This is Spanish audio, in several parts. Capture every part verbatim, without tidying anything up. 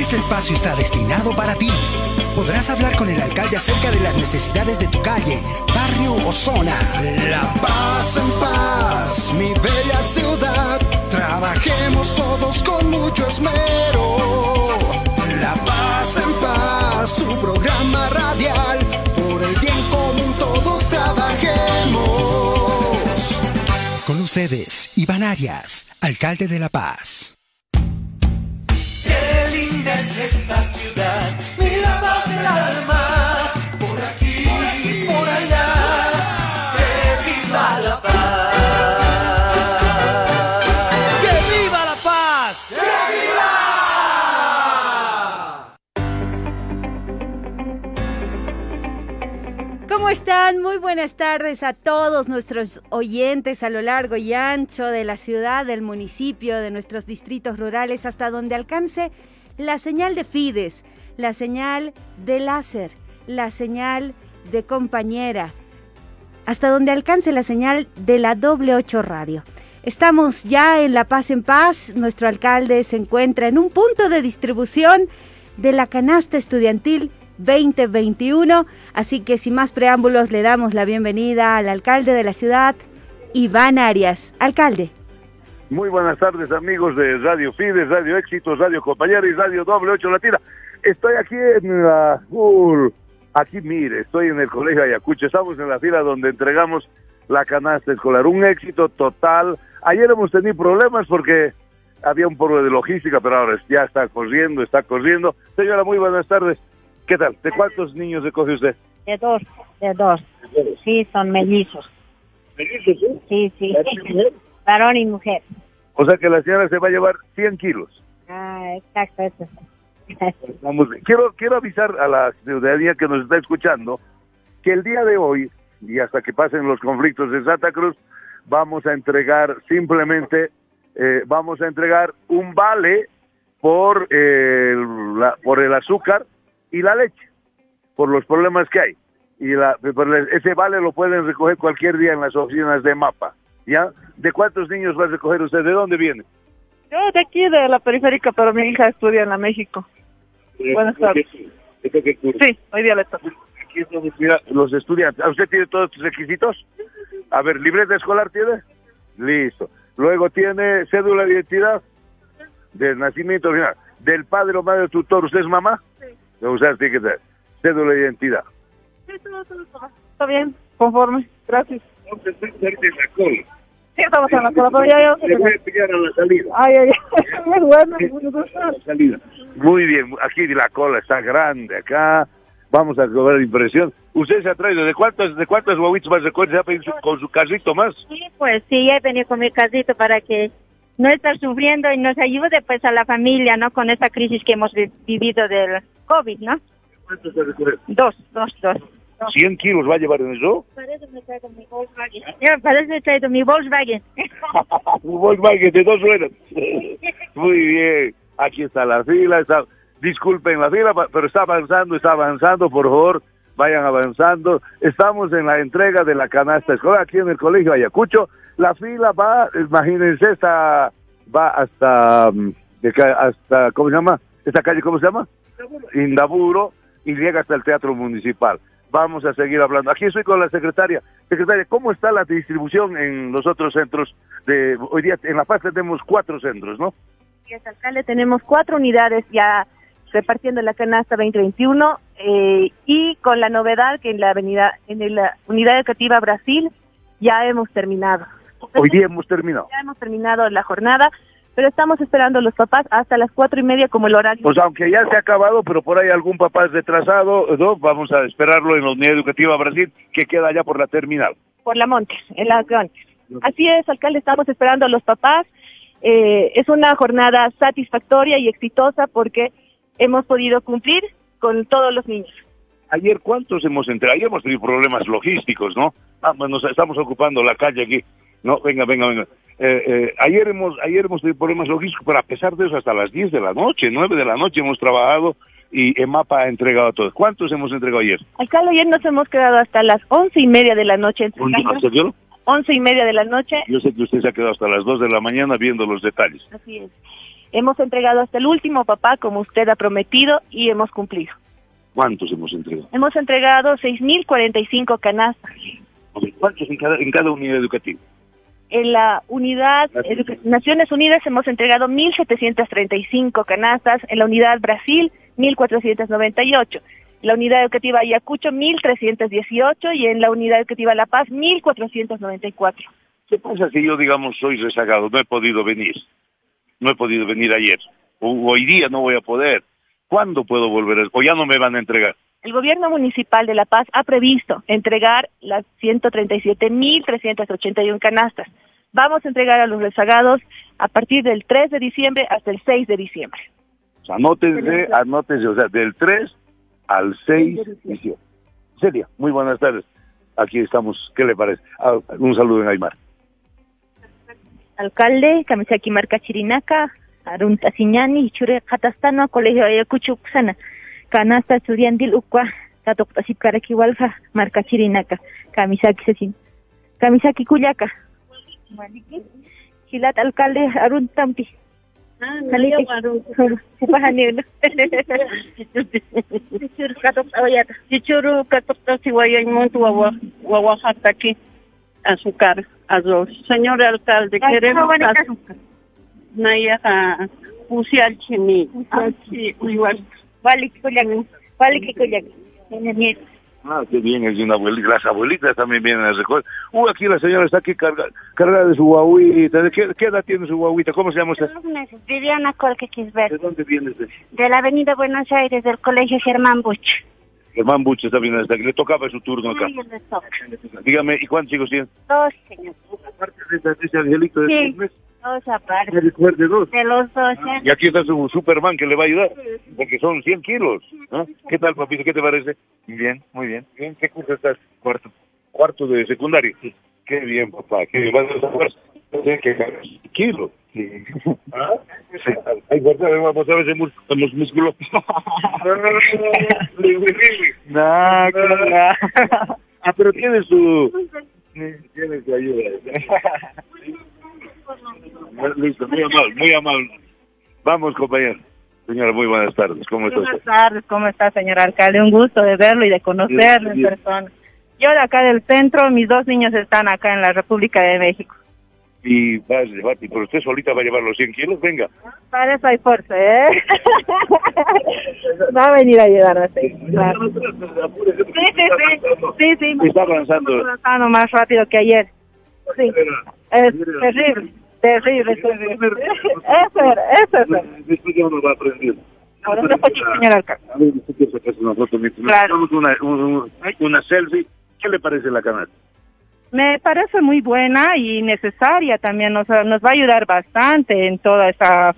Este espacio está destinado para ti. Podrás hablar con el alcalde acerca de las necesidades de tu calle, barrio o zona. La paz en paz, mi bella ciudad. Trabajemos todos con mucho esmero. La paz en paz, su programa radial. Por el bien común todos trabajemos. Con ustedes, Iván Arias, alcalde de La Paz. Qué linda es esta ciudad, mi La Paz del alma, por aquí y por allá, que viva La Paz. ¡Que viva La Paz! ¡Que viva! ¿Cómo están? Muy buenas tardes a todos nuestros oyentes a lo largo y ancho de la ciudad, del municipio, de nuestros distritos rurales, hasta donde alcance la señal de Fides, la señal de láser, la señal de compañera, hasta donde alcance la señal de la doble ocho radio. Estamos ya en La Paz en Paz. Nuestro alcalde se encuentra en un punto de distribución de la canasta estudiantil veinte veintiuno, así que sin más preámbulos le damos la bienvenida al alcalde de la ciudad, Iván Arias. Alcalde. Muy buenas tardes, amigos de Radio Fides, Radio Éxitos, Radio Compañera y Radio Doble Ocho Latina. Estoy aquí en la... Uh, aquí mire, estoy en el Colegio Ayacucho. Estamos en la fila donde entregamos la canasta escolar. Un éxito total. Ayer hemos tenido problemas porque había un poco de logística, pero ahora ya está corriendo, está corriendo. Señora, muy buenas tardes. ¿Qué tal? ¿De cuántos niños recoge usted? De dos, de dos. Sí, son mellizos. ¿Mellizos, sí? Sí, sí. Varón y mujer. O sea que la señora se va a llevar cien kilos. Ah, exacto, eso. Vamos, quiero, quiero avisar a la ciudadanía que nos está escuchando que el día de hoy, y hasta que pasen los conflictos de Santa Cruz, vamos a entregar simplemente, eh, vamos a entregar un vale por, eh, la, por el azúcar y la leche, por los problemas que hay. Y la, ese vale lo pueden recoger cualquier día en las oficinas de MAPA, ¿ya? ¿De cuántos niños va a recoger usted? ¿De dónde viene? Yo de aquí, de la periférica, pero mi hija estudia en la México. Eh, Buenas tardes. ¿Qué, qué curso? Sí, hoy día le toca. Aquí es donde, mira, los estudiantes. ¿Usted tiene todos sus requisitos? A ver, ¿libreta escolar tiene? Listo. Luego tiene cédula de identidad de nacimiento, mira, del padre o madre tutor. ¿Usted es mamá? Sí. O sea, tiene que tener cédula de identidad. Sí, todo, todo, todo. Está bien, conforme. Gracias. Entonces, en la cola. Sí, estamos en la cola, pero ya yo... Le voy a pillar a la salida. Ay, ay, ay. Muy bueno, muy bueno. Salida. Muy bien, aquí la cola está grande, acá vamos a cobrar impresión. ¿Usted se ha traído de cuántos de cuántos guaguitos más recuerda? ¿Se ha pedido con su carrito más? Sí, pues sí, ya he venido con mi casito para que no estar sufriendo y nos ayude pues a la familia, ¿no? Con esta crisis que hemos vi vivido del COVID, ¿no? ¿Cuántos se recuerda? Dos, dos, dos. ¿cien kilos va a llevar en eso? Parece me traigo mi Volkswagen. Ya, parece me traigo mi Volkswagen. Un Volkswagen de dos ruedas. Muy bien. Aquí está la fila. Está... Disculpen la fila, pero está avanzando, está avanzando. Por favor, vayan avanzando. Estamos en la entrega de la canasta escolar aquí en el Colegio Ayacucho. La fila va, imagínense, está, va hasta, de, hasta, ¿cómo se llama? ¿Esta calle cómo se llama? Indaburo, y llega hasta el Teatro Municipal. Vamos a seguir hablando. Aquí estoy con la secretaria. Secretaria, ¿cómo está la distribución en los otros centros? De hoy día en La Paz tenemos cuatro centros, ¿no? Sí, alcalde, tenemos cuatro unidades ya repartiendo la canasta veinte veintiuno eh, y con la novedad que en la avenida, en la unidad educativa Brasil ya hemos terminado. Hoy día hemos terminado. Ya hemos terminado la jornada, pero estamos esperando a los papás hasta las cuatro y media como el horario. Pues aunque ya se ha acabado, pero por ahí algún papá es retrasado, ¿no? Vamos a esperarlo en la unidad educativa Brasil, que queda allá por la terminal. Por la Montes, en las Montes. Así es, alcalde, estamos esperando a los papás. Eh, es una jornada satisfactoria y exitosa porque hemos podido cumplir con todos los niños. Ayer, ¿cuántos hemos entrado? Ayer hemos tenido problemas logísticos, ¿no? Ah, bueno, nos estamos ocupando la calle aquí. No, venga, venga, venga. Eh, eh, ayer hemos ayer hemos tenido problemas logísticos, pero a pesar de eso, hasta las diez de la noche, nueve de la noche hemos trabajado y EMAPA ha entregado todo. ¿Cuántos hemos entregado ayer? Alcalde, ayer nos hemos quedado hasta las once y media de la noche entregando. ¿Hasta qué hora? Once y media de la noche. Yo sé que usted se ha quedado hasta las dos de la mañana viendo los detalles. Así es. Hemos entregado hasta el último, papá, como usted ha prometido, y hemos cumplido. ¿Cuántos hemos entregado? Hemos entregado seis mil cuarenta y cinco canastas. ¿Cuántos en cada, en cada unidad educativa? En la unidad Educa Naciones Unidas hemos entregado mil setecientas treinta y cinco canastas, en la unidad Brasil mil cuatrocientos noventa y ocho, en la unidad educativa Ayacucho mil trescientos dieciocho y en la unidad educativa La Paz mil cuatrocientos noventa y cuatro. ¿Qué pasa si yo, digamos, soy rezagado, no he podido venir? No he podido venir ayer, o hoy día no voy a poder. ¿Cuándo puedo volver? ¿O ya no me van a entregar? El gobierno municipal de La Paz ha previsto entregar las ciento treinta y siete mil trescientas ochenta y uno canastas. Vamos a entregar a los rezagados a partir del tres de diciembre hasta el seis de diciembre. O sea, anótense, anótense, o sea, del tres al seis de diciembre. Celia, muy buenas tardes. Aquí estamos, ¿qué le parece? Ah, un saludo en Aymar. Alcalde, Kamisaki Marca Chirinaca, Arunta Siñani, Chure Katastano, Colegio Ayacucho Uxana. Canasta estudiantil ukwa tatoktasip karaki walja marca Chirinaca, Kamisaki Sesin, Kamisaki Cuyaca, Chilat alcalde Arun Tampi. Ah, no, Supahani. Chichuru katok awayata. Chichuru katok tasiwaya montu wawa wawa hasta aquí azúcar azul. Señor alcalde, queremos azúcar. Naya pusial chimi. Sí, igual. Vale, vale, que Ah, qué bien, es de una abuelita. Las abuelitas también vienen a recoger. Uh, aquí la señora está aquí carga, cargada de su guaguita. ¿De qué, qué edad tiene su guaguita? ¿Cómo se llama usted? Dos meses. Viviana Colque Quisbert. ¿De dónde vienes? De, de la avenida Buenos Aires, del colegio Germán Buch. Germán Buch está viniendo hasta aquí. Le tocaba su turno acá. Sí, le toca. Dígame, ¿y cuántos chicos tienen? Dos, señor. Aparte de ese, de ese angelito de Sí. seis meses. Dos aparte. ¿De recoger de dos? De los dos, ¿eh? Y aquí está su Superman que le va a ayudar, porque son cien kilos. ¿No? ¿Qué tal, papito? ¿Qué te parece? Bien, muy bien. bien. ¿Qué curso estás? Cuarto. Cuarto de secundaria. Sí. Qué bien, papá. Qué bien. ¿Vas a hacer fuerza? ¿Qué kilos? Sí. ¿Ah? Sí. Ay, guarda, vamos a ver si los músculos. No, ah, pero tiene su... Tiene su ayuda. Listo, muy amable, muy amable. Vamos, compañero. Señora, muy buenas tardes. ¿Cómo está usted? Buenas tardes, ¿cómo está, señor alcalde? Un gusto de verlo y de conocerlo en persona. Yo de acá del centro, mis dos niños están acá en la República de México. Y va a llevar, y por usted solita va a llevar los cien kilos, venga. Para eso hay fuerza, ¿eh? Va a venir a ayudarnos. Sí, claro. Sí, sí, sí. Sí, sí. Está avanzando. Está avanzando más rápido que ayer. Sí. Es terrible. Terrible, terrible. Eso era, eso era. Después ya uno va aprendiendo. Ahora no está aquí, señor alcalde. A ver, usted quiere sacarse una foto. Claro. Hacemos una, un, una selfie. ¿Qué le parece la canasta? Me parece muy buena y necesaria también, nos, nos va a ayudar bastante en toda esta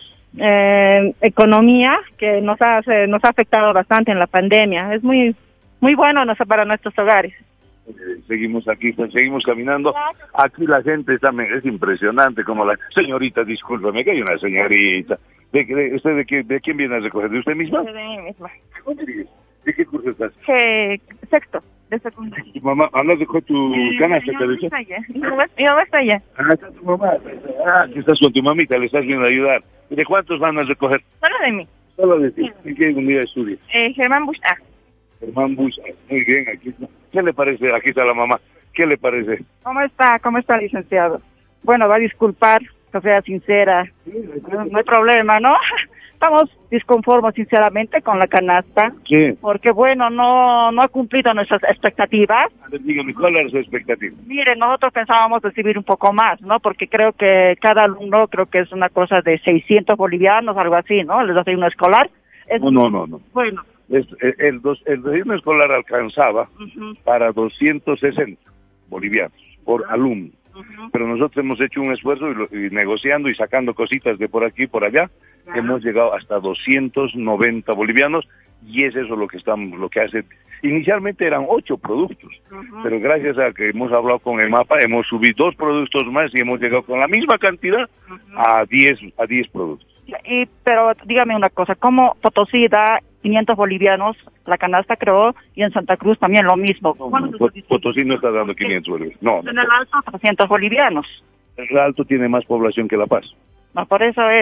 eh, economía que nos ha, nos ha afectado bastante en la pandemia. Es muy muy bueno no sé, para nuestros hogares. Eh, seguimos aquí, pues, seguimos caminando. Aquí la gente está, es impresionante como la... Señorita, discúlpeme, que hay una señorita. ¿De, de, usted de, qué, ¿De quién viene a recoger? ¿De usted misma? De mí misma. ¿De qué curso estás? Eh, sexto, de secundaria. ¿Tu mamá, hablas de tu canasta? Mi mamá está allá. Mi mamá, mi mamá está allá. Ah, está tu mamá. Ah, aquí estás con tu mamita, le estás viendo a ayudar. ¿Y de cuántos van a recoger? Solo de mí. Solo de ti. ¿En qué unidad estudias? Eh, Germán Bush. Ah. Germán Bush. Muy bien, aquí está. ¿Qué le parece? Aquí está la mamá. ¿Qué le parece? ¿Cómo está? ¿Cómo está, licenciado? Bueno, va a disculpar, que sea sincera. No, no hay problema, ¿no? Estamos disconformes, sinceramente, con la canasta. Sí. Porque, bueno, no no ha cumplido nuestras expectativas. A ver, dígame, ¿cuál era su expectativa? Mire, nosotros pensábamos recibir un poco más, ¿no? Porque creo que cada alumno, creo que es una cosa de seiscientos bolivianos, algo así, ¿no? Les hace uno escolar. Es, no, no, no, no. Bueno. Es, el, el, dos, el desayuno escolar alcanzaba uh-huh. para doscientos sesenta bolivianos por uh-huh. alumno. Uh-huh. Pero nosotros hemos hecho un esfuerzo y, lo, y negociando y sacando cositas de por aquí y por allá, uh-huh. hemos llegado hasta doscientos noventa bolivianos y es eso lo que estamos, lo que hace. Inicialmente eran ocho productos, uh-huh. pero gracias a que hemos hablado con el mapa, hemos subido dos productos más y hemos llegado con la misma cantidad uh-huh. a diez a diez productos. Y, pero dígame una cosa, ¿cómo Potosí da quinientos bolivianos, la canasta creo, y en Santa Cruz también lo mismo? No, no, Potosí no está dando quinientos bolivianos. No, en no, el Alto trescientos bolivianos. El Alto tiene más población que La Paz. No, por eso es.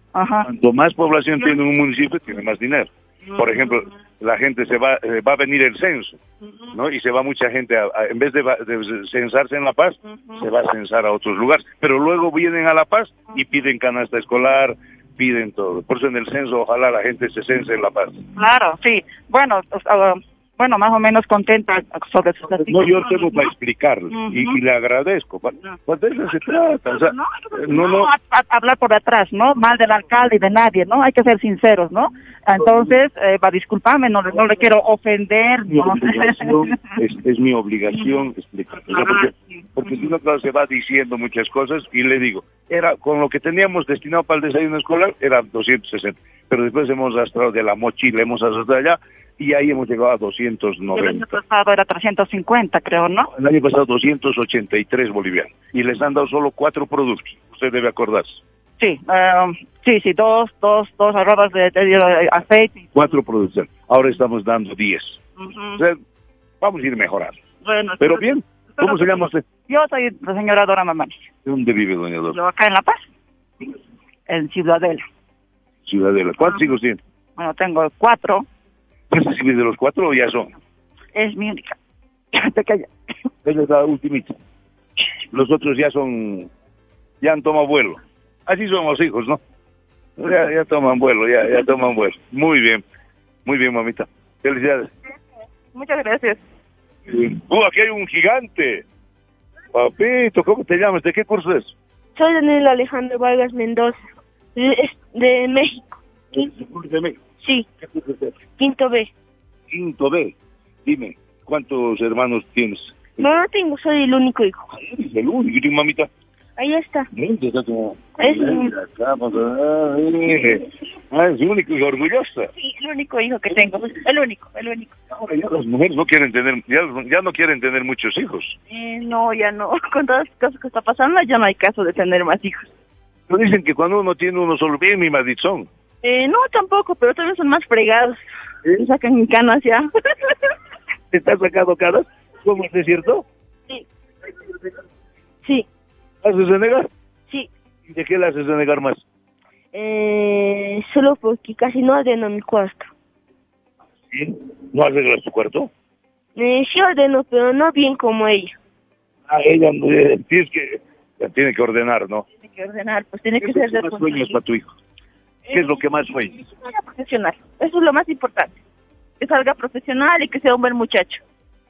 Ajá. Cuanto más población tiene un municipio, tiene más dinero. Por ejemplo, la gente se va, eh, va a venir el censo, ¿no? Y se va mucha gente, a, a, en vez de, de censarse en La Paz, se va a censar a otros lugares. Pero luego vienen a La Paz y piden canasta escolar, piden todo. Por eso en el censo, ojalá la gente se cense en La Paz. Claro, sí. Bueno, uh, bueno, más o menos contenta sobre sus No, yo tengo para explicarle, uh-huh. y, y le agradezco. Pues de eso se trata. O sea, no, no, no, no a, a hablar por atrás, ¿no? Mal del alcalde y de nadie, ¿no? Hay que ser sinceros, ¿no? Entonces, eh, va a disculparme, no, no le quiero ofender, mi ¿no? es, es mi obligación explicar. O sea, porque, porque si no, claro, se va diciendo muchas cosas y le digo, era con lo que teníamos destinado para el desayuno escolar, era doscientos sesenta. Pero después hemos arrastrado de la mochila, hemos arrastrado allá, y ahí hemos llegado a doscientos noventa. El año pasado era trescientos cincuenta, creo, ¿no? El año pasado doscientos ochenta y tres bolivianos. Y les han dado solo cuatro productos. Usted debe acordarse. Sí, um, sí, sí, dos, dos, dos arrobas de, de, de aceite. Cuatro productos. Ahora estamos dando diez. Uh-huh. O sea, vamos a ir mejorando. Bueno, pero bien, ¿cómo se llama usted? Yo soy la señora Dora Mamani. ¿De dónde vive, doña Dora? Yo acá en La Paz, en Ciudadela. Ciudadela. ¿Cuántos hijos tiene? Bueno, tengo cuatro. ¿Es de los cuatro o ya son? Es mi única. Pequeña. Ella es la ultimita. Los otros ya son, ya han tomado vuelo. Así son los hijos, ¿no? Ya, ya toman vuelo, ya, ya toman vuelo. Muy bien, muy bien, mamita. Felicidades. Muchas gracias. ¡Uh, aquí hay un gigante! Papito, ¿cómo te llamas? ¿De qué curso es? Soy Daniel Alejandro Vargas Mendoza, de, de México. ¿De México? Sí. ¿Qué curso es? Quinto B. Quinto B. Dime, ¿cuántos hermanos tienes? No, no tengo, soy el único hijo. ¿Eres el único? ¿Y tu mamita? Ahí está. ¿Dónde está tu Es Ah, es el único hijo, orgullosa. Sí, el único hijo que tengo. El único, el único. Ahora ya las mujeres no quieren tener, ya, ya no quieren tener muchos hijos. Eh, no, ya no. Con todas las cosas que está pasando, ya no hay caso de tener más hijos. Pero dicen que cuando uno tiene uno solo, bien mi maldición. Eh, no, tampoco, pero también son más fregados. ¿Eh? Se sacan canas ya. ¿Te estás sacando caras? ¿Cómo es cierto? Sí. Sí. ¿Haces renegar? Sí. ¿Y de qué le haces renegar más? Eh, solo porque casi no ordeno mi cuarto. ¿Sí? ¿No arreglas tu cuarto? Eh, sí ordeno, pero no bien como ella. Ah, ella eh, tienes que, tiene que ordenar, ¿no? Tiene que ordenar, pues tiene que ¿Qué ser es lo que más sueñas para tu hijo? ¿Qué es lo que más sueñas? Que sea profesional, eso es lo más importante. Que salga profesional y que sea un buen muchacho.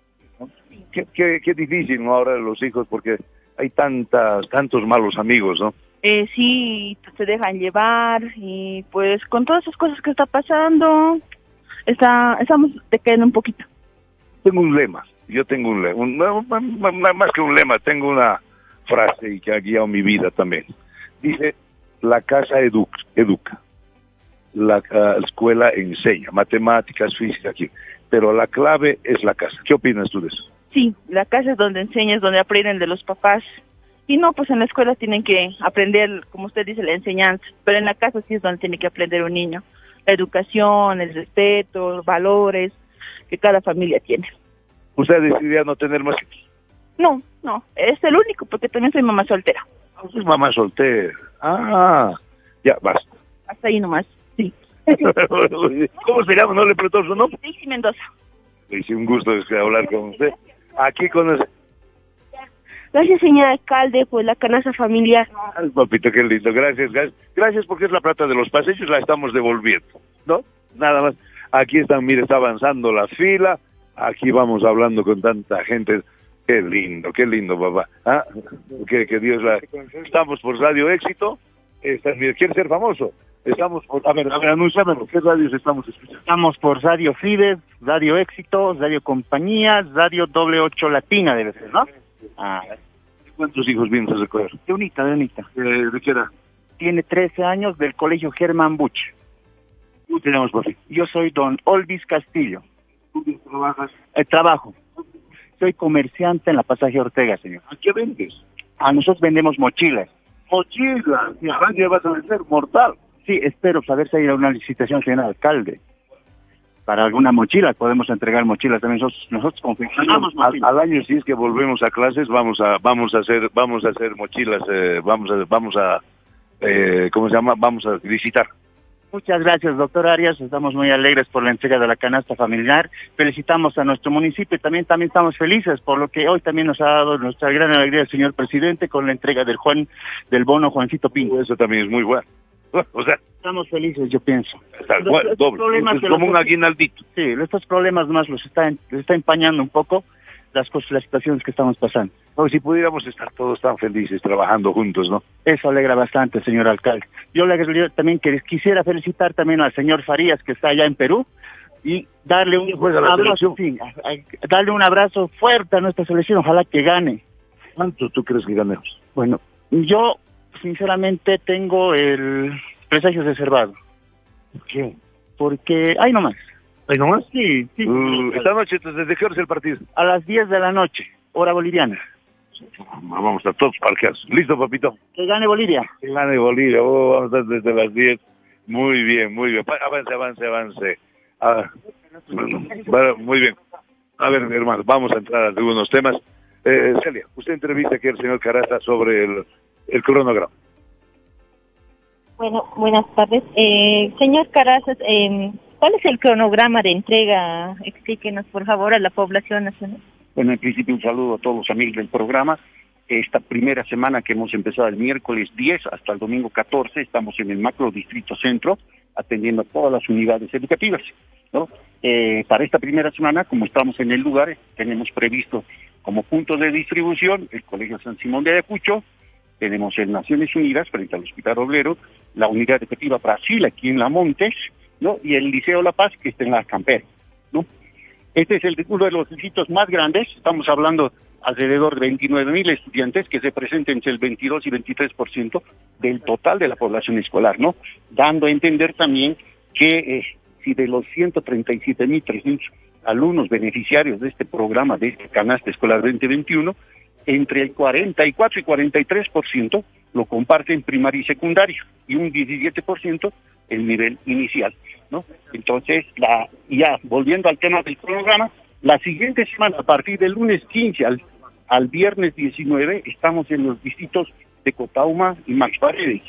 Qué, qué, qué difícil, ¿no? Ahora los hijos, porque hay tantas, tantos malos amigos, ¿no? Eh, sí, se dejan llevar y pues con todas esas cosas que está pasando, está, estamos decayendo un poquito. Tengo un lema, yo tengo un lema, un, no, más que un lema, tengo una frase y que ha guiado mi vida también. Dice, la casa educa, educa. La uh, escuela enseña, matemáticas, física, aquí, pero la clave es la casa. ¿Qué opinas tú de eso? Sí, la casa es donde enseñas, donde aprenden de los papás. Y no, pues en la escuela tienen que aprender, como usted dice, la enseñanza, pero en la casa sí es donde tiene que aprender un niño. La educación, el respeto, los valores que cada familia tiene. ¿Usted decidió no tener más hijos? No, no, es el único, porque también soy mamá soltera. ¿Usted es mamá soltera? Ah, ya, basta. Hasta ahí nomás, sí. ¿Cómo se llama? ¿No le preguntó su nombre? Daisy Mendoza. Daisy, un gusto hablar con usted. Aquí con ese... Gracias, señor alcalde, por la canasta familiar. Ay, papito, qué lindo. Gracias, gracias. Gracias porque es la plata de los pasillos, la estamos devolviendo, ¿no? Nada más. Aquí están, mire, está avanzando la fila. Aquí vamos hablando con tanta gente. Qué lindo, qué lindo, papá. ¿Ah? Que, que Dios la... Estamos por Radio Éxito. Está, mire, ¿quiere ser famoso? Estamos por... A ver, a ver, anúnciamelo. ¿Qué radios estamos escuchando? Estamos por Radio Fides, Radio Éxito, Radio Compañía, Radio Doble Ocho Latina, debe ser, ¿no? Ah, ¿cuántos hijos vienes a recoger? de unita, de unita. Eh, ¿De qué edad? Tiene trece años, del colegio Germán Buch. ¿Cómo te llamas, papi? Yo soy don Olvis Castillo. ¿Tú trabajas? Eh, trabajo. Soy comerciante en la Pasaje Ortega, señor. ¿A qué vendes? A nosotros vendemos mochilas. Mochilas. ¿Y a dónde vas a vender? Mortal. Sí, espero saber si hay una licitación, señor alcalde. Para alguna mochila, podemos entregar mochilas también. Nosotros, nosotros confeccionamos al, mochilas. al año, si es que volvemos a clases, vamos a vamos a hacer vamos a hacer mochilas, eh, vamos a vamos a eh, ¿cómo se llama? Vamos a visitar. Muchas gracias, doctor Arias. Estamos muy alegres por la entrega de la canasta familiar. Felicitamos a nuestro municipio y también, también estamos felices por lo que hoy también nos ha dado nuestra gran alegría el señor presidente con la entrega del Juan del bono Juancito Pinto. Eso también es muy bueno. O sea, estamos felices, yo pienso. Tal cual, doble. Es como un aguinaldito. Sí, estos problemas más los está, los está empañando un poco las cosas, las situaciones que estamos pasando. No, si pudiéramos estar todos tan felices trabajando juntos, ¿no? Eso alegra bastante, señor alcalde. Yo le yo también que, quisiera felicitar también al señor Farías, que está allá en Perú, y darle un abrazo, sí, a, a, darle un abrazo fuerte a nuestra selección, ojalá que gane. ¿Cuánto tú crees que ganemos? Bueno, yo sinceramente tengo el presagio reservado. ¿Por qué? Porque, ay nomás. ¿Ay nomás? Sí, sí. Uh, esta noche, ¿desde qué hora es el partido? A las diez de la noche, hora boliviana. Vamos a estar todos parqueados. ¿Listo, papito? Que gane Bolivia. Que gane Bolivia. Oh, vamos a estar desde las diez. Muy bien, muy bien. Avance, avance, avance. Ah, bueno, bueno, muy bien. A ver, hermano, vamos a entrar a algunos temas. Eh, Celia, usted entrevista aquí al señor Caraza sobre el, el cronograma. Bueno, buenas tardes. Eh, señor Carazas, eh, ¿cuál es el cronograma de entrega? Explíquenos, por favor, a la población nacional. Bueno, en principio un saludo a todos los amigos del programa. Esta primera semana que hemos empezado el miércoles diez hasta el domingo catorce, estamos en el macro distrito centro, atendiendo a todas las unidades educativas, ¿no? Eh, para esta primera semana, como estamos en el lugar, tenemos previsto como punto de distribución el Colegio San Simón de Ayacucho, tenemos el Naciones Unidas frente al Hospital Obrero, la Unidad Educativa Brasil aquí en La Montes, ¿no? Y el Liceo La Paz que está en la Campera, ¿no? Este es el, uno de los distritos más grandes, estamos hablando alrededor de veintinueve mil estudiantes que se presentan entre el veintidós y veintitrés por ciento del total de la población escolar, ¿no? Dando a entender también que eh, si de los ciento treinta y siete mil trescientos alumnos beneficiarios de este programa, de este canasta escolar veinte veintiuno, entre el cuarenta y cuatro y cuarenta y tres por ciento lo comparten primaria y secundaria, y un diecisiete por ciento el nivel inicial, ¿no? Entonces, la, ya volviendo al tema del programa, la siguiente semana, a partir del lunes quince al, al viernes diecinueve, estamos en los distritos de Cotauma y Max Paredes.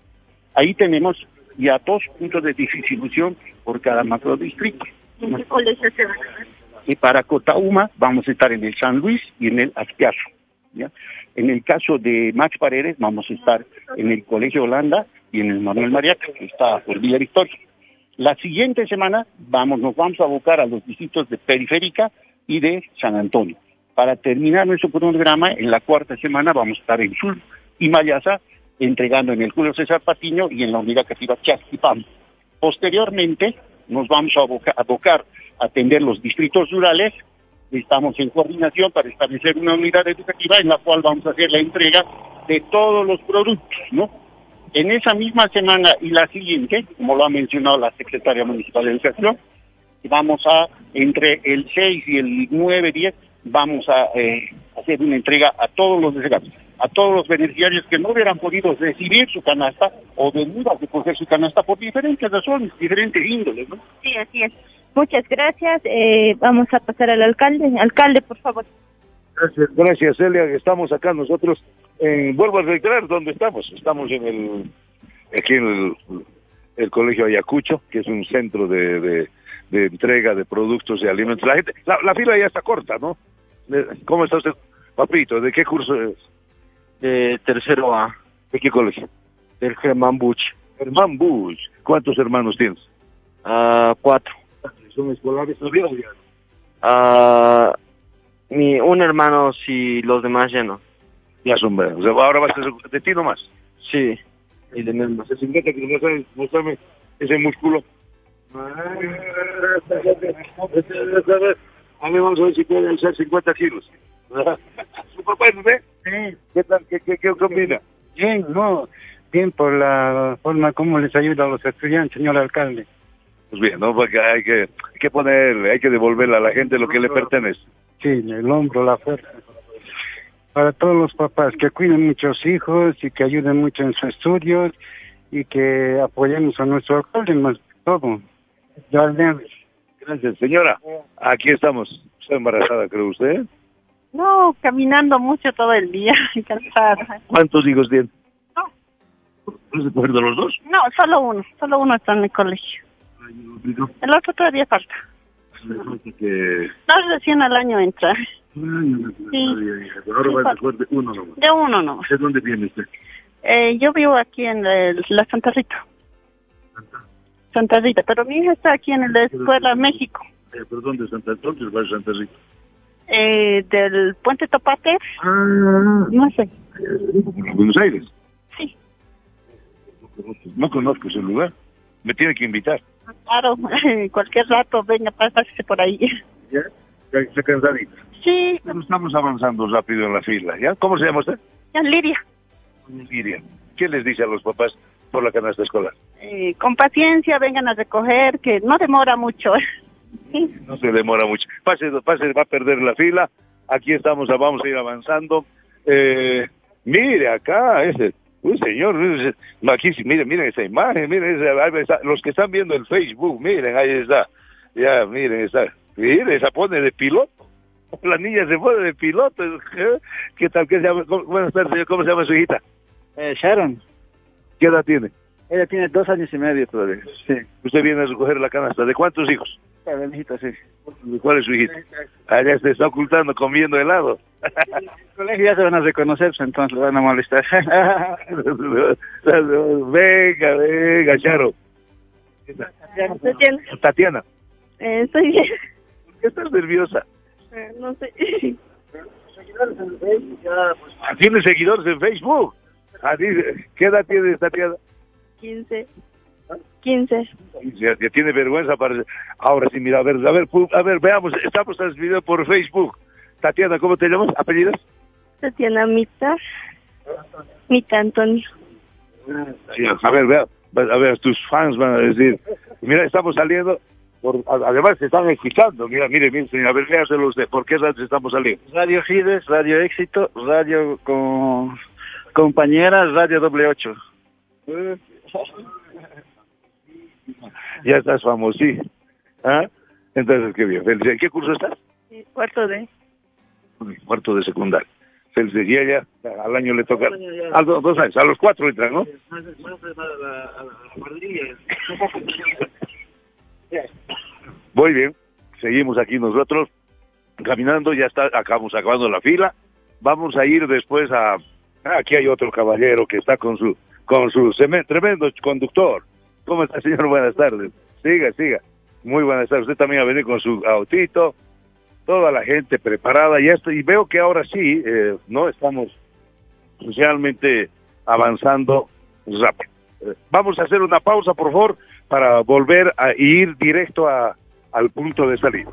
Ahí tenemos ya dos puntos de distribución por cada macrodistrito. ¿En qué colegio se van a ver? Y para Cotauma vamos a estar en el San Luis y en el Azpiazo, ¿ya? En el caso de Max Paredes vamos a estar en el Colegio Holanda y en el Manuel Mariaca, que está por Villa Victoria. La siguiente semana vamos, nos vamos a abocar a los distritos de Periférica y de San Antonio. Para terminar nuestro programa, en la cuarta semana vamos a estar en Sur y Mayasa, entregando en el Julio César Patiño y en la Unidad Educativa Chasquipam. Posteriormente, nos vamos a abocar, abocar a atender los distritos rurales. Estamos en coordinación para establecer una unidad educativa en la cual vamos a hacer la entrega de todos los productos, ¿no? En esa misma semana y la siguiente, como lo ha mencionado la Secretaria Municipal de Educación, vamos a, entre el seis y el nueve diez, vamos a eh, hacer una entrega a todos los desgraciados, a todos los beneficiarios que no hubieran podido recibir su canasta o venir a recoger su canasta por diferentes razones, diferentes índoles, ¿no? Sí, así es. Muchas gracias. Eh, vamos a pasar al alcalde. Alcalde, por favor. Gracias, gracias, Celia. Estamos acá nosotros, en, vuelvo a reiterar, ¿dónde estamos? Estamos en el, aquí en el, el Colegio Ayacucho, que es un centro de, de, de entrega de productos y alimentos. La, gente, la, la fila ya está corta, ¿no? ¿Cómo está usted, papito? ¿De qué curso es? De tercero A. ¿De qué colegio? Del Germán Buch. Germán Buch. ¿Cuántos hermanos tienes? Uh, cuatro. ¿Son escolares todavía o ya? Uh, mi, un hermano, sí, los demás ya no. Ya son, o sea, ahora vas a ser de ti nomás. Sí. Y de menos. cincuenta kilos, mostrame ese músculo. A mí vamos a ver si puede alzar cincuenta kilos. ¿Su papá es usted? Sí. ¿Qué tal? ¿Qué, qué, qué combina? Bien, no. Bien por la forma como les ayuda a los estudiantes, señor alcalde. Pues bien, ¿no? Porque hay que, hay que ponerle, hay que devolverle a la gente lo que le pertenece. Sí, el hombro, la fuerza. Para todos los papás, que cuiden muchos hijos y que ayuden mucho en sus estudios y que apoyemos a nuestro alcalde más que todo. Ya, gracias, señora. Aquí estamos. ¿Está embarazada, cree usted? No, caminando mucho todo el día, cansada. ¿Cuántos hijos tiene? No, ¿No se puede de los dos? No, solo uno, solo uno está en el colegio. El otro todavía falta. Que... No, recién al año entra. Sí. Ahora va a después de uno nomás. De uno nomás. ¿De dónde viene usted? Eh, yo vivo aquí en el- la Santa Rita. Santa Rita, pero mi hija está aquí en la Escuela México. Eh, ¿Perdón, de Santa Entonces va a Santa Rita? Eh, del Puente Topate. Ah. No sé. ¿Buenos Aires? Sí. No conozco ese lugar. Me tiene que invitar. Claro, cualquier rato, venga, pásese por ahí. ¿Ya? ¿Ya está cansadita? Sí. Pero estamos avanzando rápido en la fila, ¿ya? ¿Cómo se llama usted? Ya, Lidia. Miriam. ¿Qué les dice a los papás por la canasta escolar? Eh, con paciencia, vengan a recoger, que no demora mucho. Sí. No se demora mucho. Pase, pase, va a perder la fila. Aquí estamos, vamos a ir avanzando. Eh, mire acá, ese, uy señor, ese, aquí, sí, miren, miren esa imagen, miren, esa, ahí está, los que están viendo el Facebook, miren, ahí está, ya, miren, está, miren, se pone de piloto. La niña se pone de piloto. ¿eh? ¿Qué tal? ¿Qué se llama? ¿Cómo, buenas tardes, señor. ¿Cómo se llama su hijita? Eh, Sharon. ¿Qué edad tiene? Ella tiene dos años y medio todavía. Sí. Usted viene a recoger la canasta. ¿De cuántos hijos? Para mi hijita, sí. ¿De cuál es su hijita? Allá se está ocultando comiendo helado. En el colegio ya se van a reconocer, entonces le van a molestar. Venga, venga, Charo. Tatiana. Tatiana. Eh, estoy bien. ¿Por qué estás nerviosa? Eh, no sé. ¿Tiene seguidores en Facebook? Ah, dice, ¿qué edad tiene Tatiana? quince. quince. Ya, ya tiene vergüenza para... Ahora sí, mira, a ver, a ver, pu- a ver, veamos, estamos transmitiendo por Facebook. Tatiana, ¿cómo te llamas? ¿Apellidas? Tatiana Mita. Mita Antonio. Sí, a ver, vea, a ver, tus fans van a decir, mira, estamos saliendo, por, además se están escuchando, mira, mire, mire, señor, a ver, léaselo usted, ¿por qué radio estamos saliendo? Radio Gides, Radio Éxito, Radio con Compañeras, Radio Doble Ocho. Ya estás famoso, sí. ¿Ah? Entonces, qué bien, felicidades. ¿En qué curso estás? Sí, cuarto de. Cuarto de secundaria. Felicidades, ya, ya, al año le toca, a dos, dos años, a los cuatro entran, ¿no? Muy bien, seguimos aquí nosotros, caminando, ya está, acabamos acabando la fila, vamos a ir después a, aquí hay otro caballero que está con su, con su semen- tremendo conductor. ¿Cómo está, señor? Buenas tardes. Siga, siga. Muy buenas tardes. Usted también va a venir con su autito, toda la gente preparada, y esto, y veo que ahora sí, eh, no estamos realmente avanzando rápido. Eh, vamos a hacer una pausa, por favor, para volver a ir directo a, al punto de salida.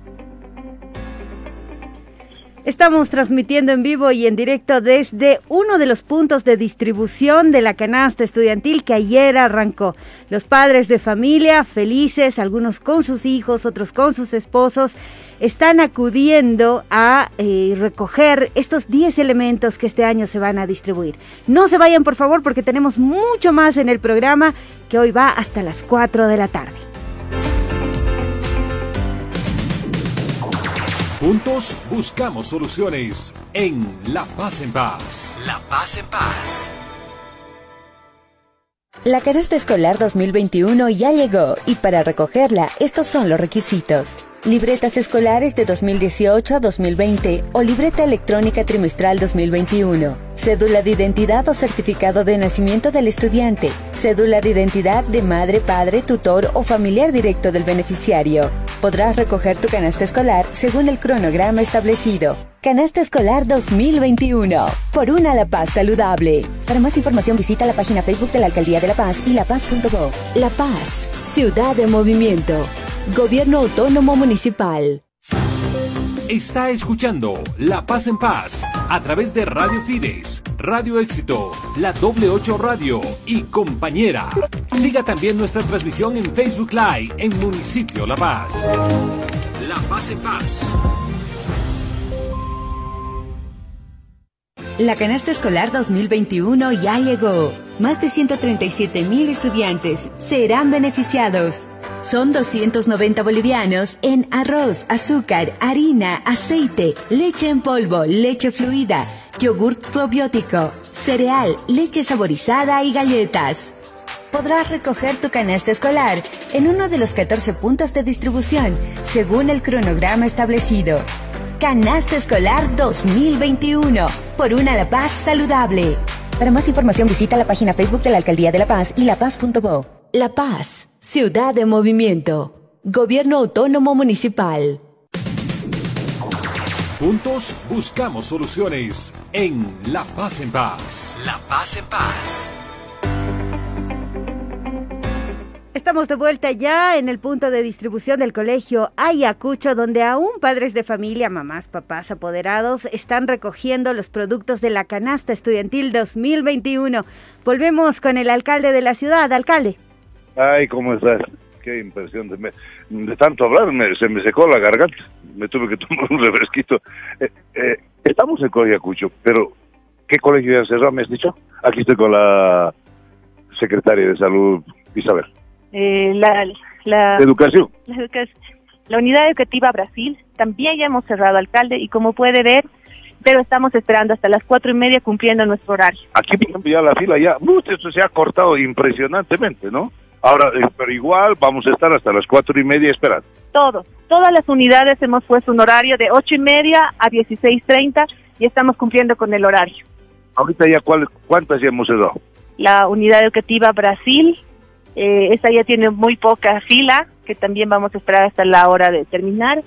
Estamos transmitiendo en vivo y en directo desde uno de los puntos de distribución de la canasta estudiantil que ayer arrancó. Los padres de familia felices, algunos con sus hijos, otros con sus esposos, están acudiendo a eh, recoger estos diez elementos que este año se van a distribuir. No se vayan, por favor, porque tenemos mucho más en el programa que hoy va hasta las cuatro de la tarde. Juntos buscamos soluciones en La Paz en Paz. La Paz en Paz. La canasta escolar dos mil veintiuno ya llegó y para recogerla estos son los requisitos. Libretas escolares de dos mil dieciocho a dos mil veinte o libreta electrónica trimestral dos mil veintiuno. Cédula de identidad o certificado de nacimiento del estudiante. Cédula de identidad de madre, padre, tutor o familiar directo del beneficiario. Podrás recoger tu canasta escolar según el cronograma establecido. Canasta Escolar dos mil veintiuno. Por una La Paz saludable. Para más información visita la página Facebook de la Alcaldía de La Paz y lapaz punto gob. La Paz, ciudad de movimiento. Gobierno Autónomo Municipal. Está escuchando La Paz en Paz a través de Radio Fides, Radio Éxito, La Doble Ocho Radio y Compañera. Siga también nuestra transmisión en Facebook Live en Municipio La Paz. La Paz en Paz. La canasta escolar dos mil veintiuno ya llegó. Más de ciento treinta y siete mil estudiantes serán beneficiados. Son doscientos noventa bolivianos en arroz, azúcar, harina, aceite, leche en polvo, leche fluida, yogurt probiótico, cereal, leche saborizada y galletas. Podrás recoger tu canasta escolar en uno de los catorce puntos de distribución, según el cronograma establecido. Canasta Escolar dos mil veintiuno, por una La Paz saludable. Para más información visita la página Facebook de la Alcaldía de La Paz y lapaz punto bo. La Paz, ciudad de movimiento. Gobierno Autónomo Municipal. Juntos buscamos soluciones en La Paz en Paz. La Paz en Paz. Estamos de vuelta ya en el punto de distribución del colegio Ayacucho, donde aún padres de familia, mamás, papás, apoderados, están recogiendo los productos de la canasta estudiantil dos mil veintiuno. Volvemos con el alcalde de la ciudad. Alcalde. Ay, ¿cómo estás? Qué impresión. De, me, de tanto hablar me, se me secó la garganta. Me tuve que tomar un refresquito. Eh, eh, estamos en Ayacucho, pero ¿qué colegio ya cerrado me has dicho? Aquí estoy con la secretaria de Salud, Isabel. Eh, la, la, Educación. La, educación. La unidad educativa Brasil, también ya hemos cerrado, alcalde, y como puede ver, pero estamos esperando hasta las cuatro y media cumpliendo nuestro horario. Aquí, por ejemplo, ya la fila ya, mucho, esto se ha cortado impresionantemente, ¿no? Ahora, eh, pero igual vamos a estar hasta las cuatro y media esperando. Todos, todas las unidades hemos puesto un horario de ocho y media a dieciséis treinta y estamos cumpliendo con el horario. Ahorita ya, ¿cuál, ¿cuántas ya hemos cerrado? La unidad educativa Brasil, eh, esta ya tiene muy poca fila, que también vamos a esperar hasta la hora de terminar.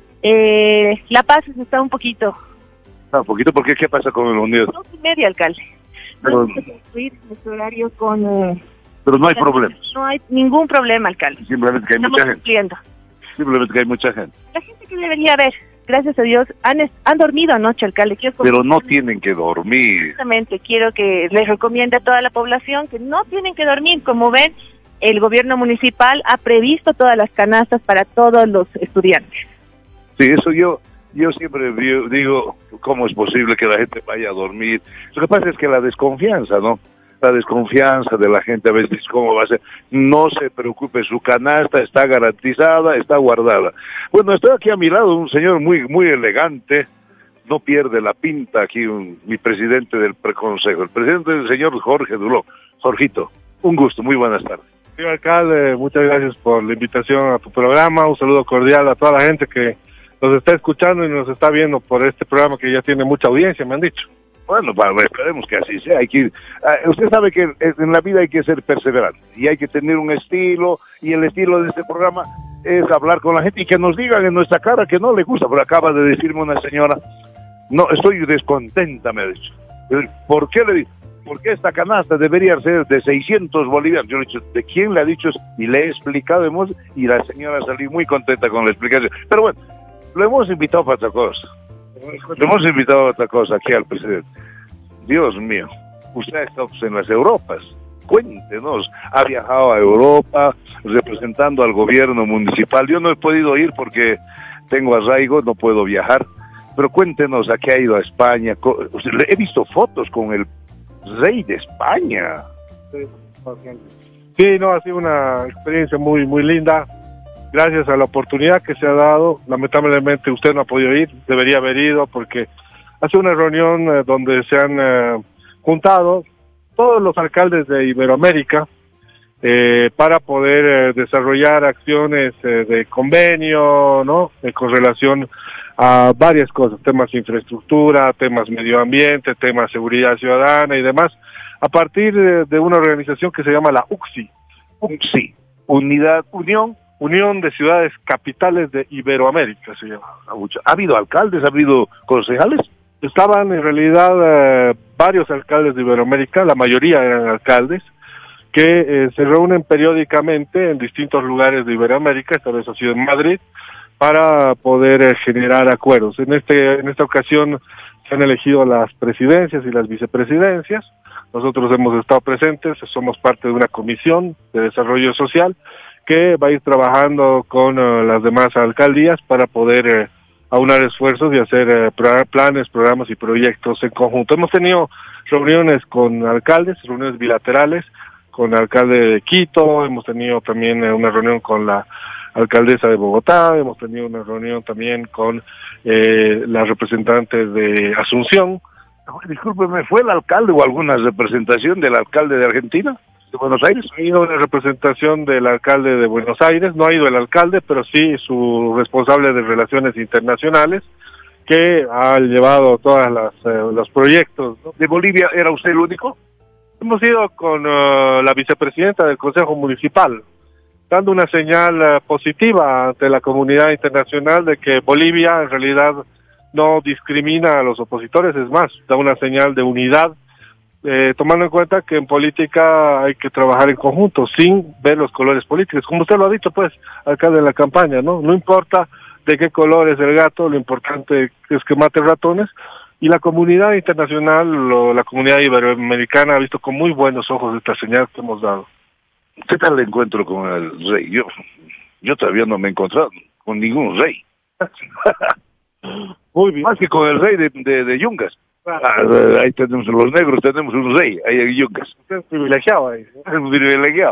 Eh, La Paz está un poquito. Ah, un poquito, ¿por qué? ¿Qué pasa con el unido? Dos y media, alcalde. Pero, Vamos a construir nuestro horario con... Eh, pero no hay problema. No hay ningún problema, alcalde. Simplemente que hay Estamos mucha gente. cumpliendo. Simplemente que hay mucha gente. La gente que debería ver, gracias a Dios, han, han dormido anoche, alcalde. Quiero Pero no tienen que dormir. Exactamente, quiero que les recomiende a toda la población que no tienen que dormir. Como ven, el gobierno municipal ha previsto todas las canastas para todos los estudiantes. Sí, eso yo yo siempre digo, ¿cómo es posible que la gente vaya a dormir? Lo que pasa es que la desconfianza, ¿no? La desconfianza de la gente a veces, ¿cómo va a ser? No se preocupe, su canasta está garantizada, está guardada. Bueno, estoy aquí a mi lado, un señor muy muy elegante, no pierde la pinta aquí, un, mi presidente del preconsejo, el presidente del señor Jorge Duló. Jorgito, un gusto, muy buenas tardes. Señor alcalde, muchas gracias por la invitación a tu programa, un saludo cordial a toda la gente que nos está escuchando y nos está viendo por este programa que ya tiene mucha audiencia, me han dicho. Bueno, bueno, esperemos que así sea. Hay que, uh, usted sabe que en la vida hay que ser perseverante y hay que tener un estilo, y el estilo de este programa es hablar con la gente y que nos digan en nuestra cara que no le gusta. Pero acaba de decirme una señora, no, estoy descontenta, me ha dicho. ¿Por qué le digo? Porque esta canasta debería ser de seiscientos bolivianos. Yo le he dicho, ¿de quién le ha dicho eso? Y le he explicado, hemos, y la señora salió muy contenta con la explicación. Pero bueno, lo hemos invitado para otra cosa. Lo hemos invitado a otra cosa aquí al presidente. Dios mío, usted está en las Europas. Cuéntenos, ha viajado a Europa representando al gobierno municipal. Yo no he podido ir porque tengo arraigo, no puedo viajar. Pero cuéntenos, ¿a qué ha ido a España? He visto fotos con el rey de España. Sí, no, ha sido una experiencia muy, muy linda. Gracias a la oportunidad que se ha dado, lamentablemente usted no ha podido ir, debería haber ido porque ha sido una reunión eh, donde se han eh, juntado todos los alcaldes de Iberoamérica eh, para poder eh, desarrollar acciones eh, de convenio, ¿no? Eh, con relación a varias cosas, temas de infraestructura, temas medio ambiente, temas seguridad ciudadana y demás, a partir de, de una organización que se llama la U C S I. U C S I, Unidad, Unión. Unión de Ciudades Capitales de Iberoamérica se llama. ¿Ha habido alcaldes, ha habido concejales? Estaban en realidad eh, varios alcaldes de Iberoamérica, la mayoría eran alcaldes, que eh, se reúnen periódicamente en distintos lugares de Iberoamérica, esta vez ha sido en Madrid, para poder eh, generar acuerdos. En este en esta ocasión se han elegido las presidencias y las vicepresidencias. Nosotros hemos estado presentes, somos parte de una comisión de desarrollo social que va a ir trabajando con uh, las demás alcaldías para poder eh, aunar esfuerzos y hacer eh, pro planes, programas y proyectos en conjunto. Hemos tenido reuniones con alcaldes, reuniones bilaterales, con el alcalde de Quito, hemos tenido también eh, una reunión con la alcaldesa de Bogotá, hemos tenido una reunión también con eh, las representantes de Asunción, Discúlpeme, ¿fue el alcalde o alguna representación del alcalde de Argentina, de Buenos Aires? Ha ido una representación del alcalde de Buenos Aires, no ha ido el alcalde, pero sí su responsable de Relaciones Internacionales, que ha llevado todos eh, los proyectos, ¿no? ¿De Bolivia era usted el único? Hemos ido con uh, la vicepresidenta del Consejo Municipal, dando una señal uh, positiva ante la comunidad internacional de que Bolivia en realidad no discrimina a los opositores, es más, da una señal de unidad, eh, tomando en cuenta que en política hay que trabajar en conjunto, sin ver los colores políticos, como usted lo ha dicho pues, acá de la campaña, ¿no? No importa de qué color es el gato, lo importante es que mate ratones, y la comunidad internacional, o la comunidad iberoamericana ha visto con muy buenos ojos esta señal que hemos dado. ¿Qué tal el encuentro con el rey? Yo, yo todavía no me he encontrado con ningún rey. Muy bien. Más que con el rey de, de, de Yungas. Ah, ahí tenemos, los negros tenemos un rey, ahí en Yungas. Es privilegiado ahí. Es privilegiado.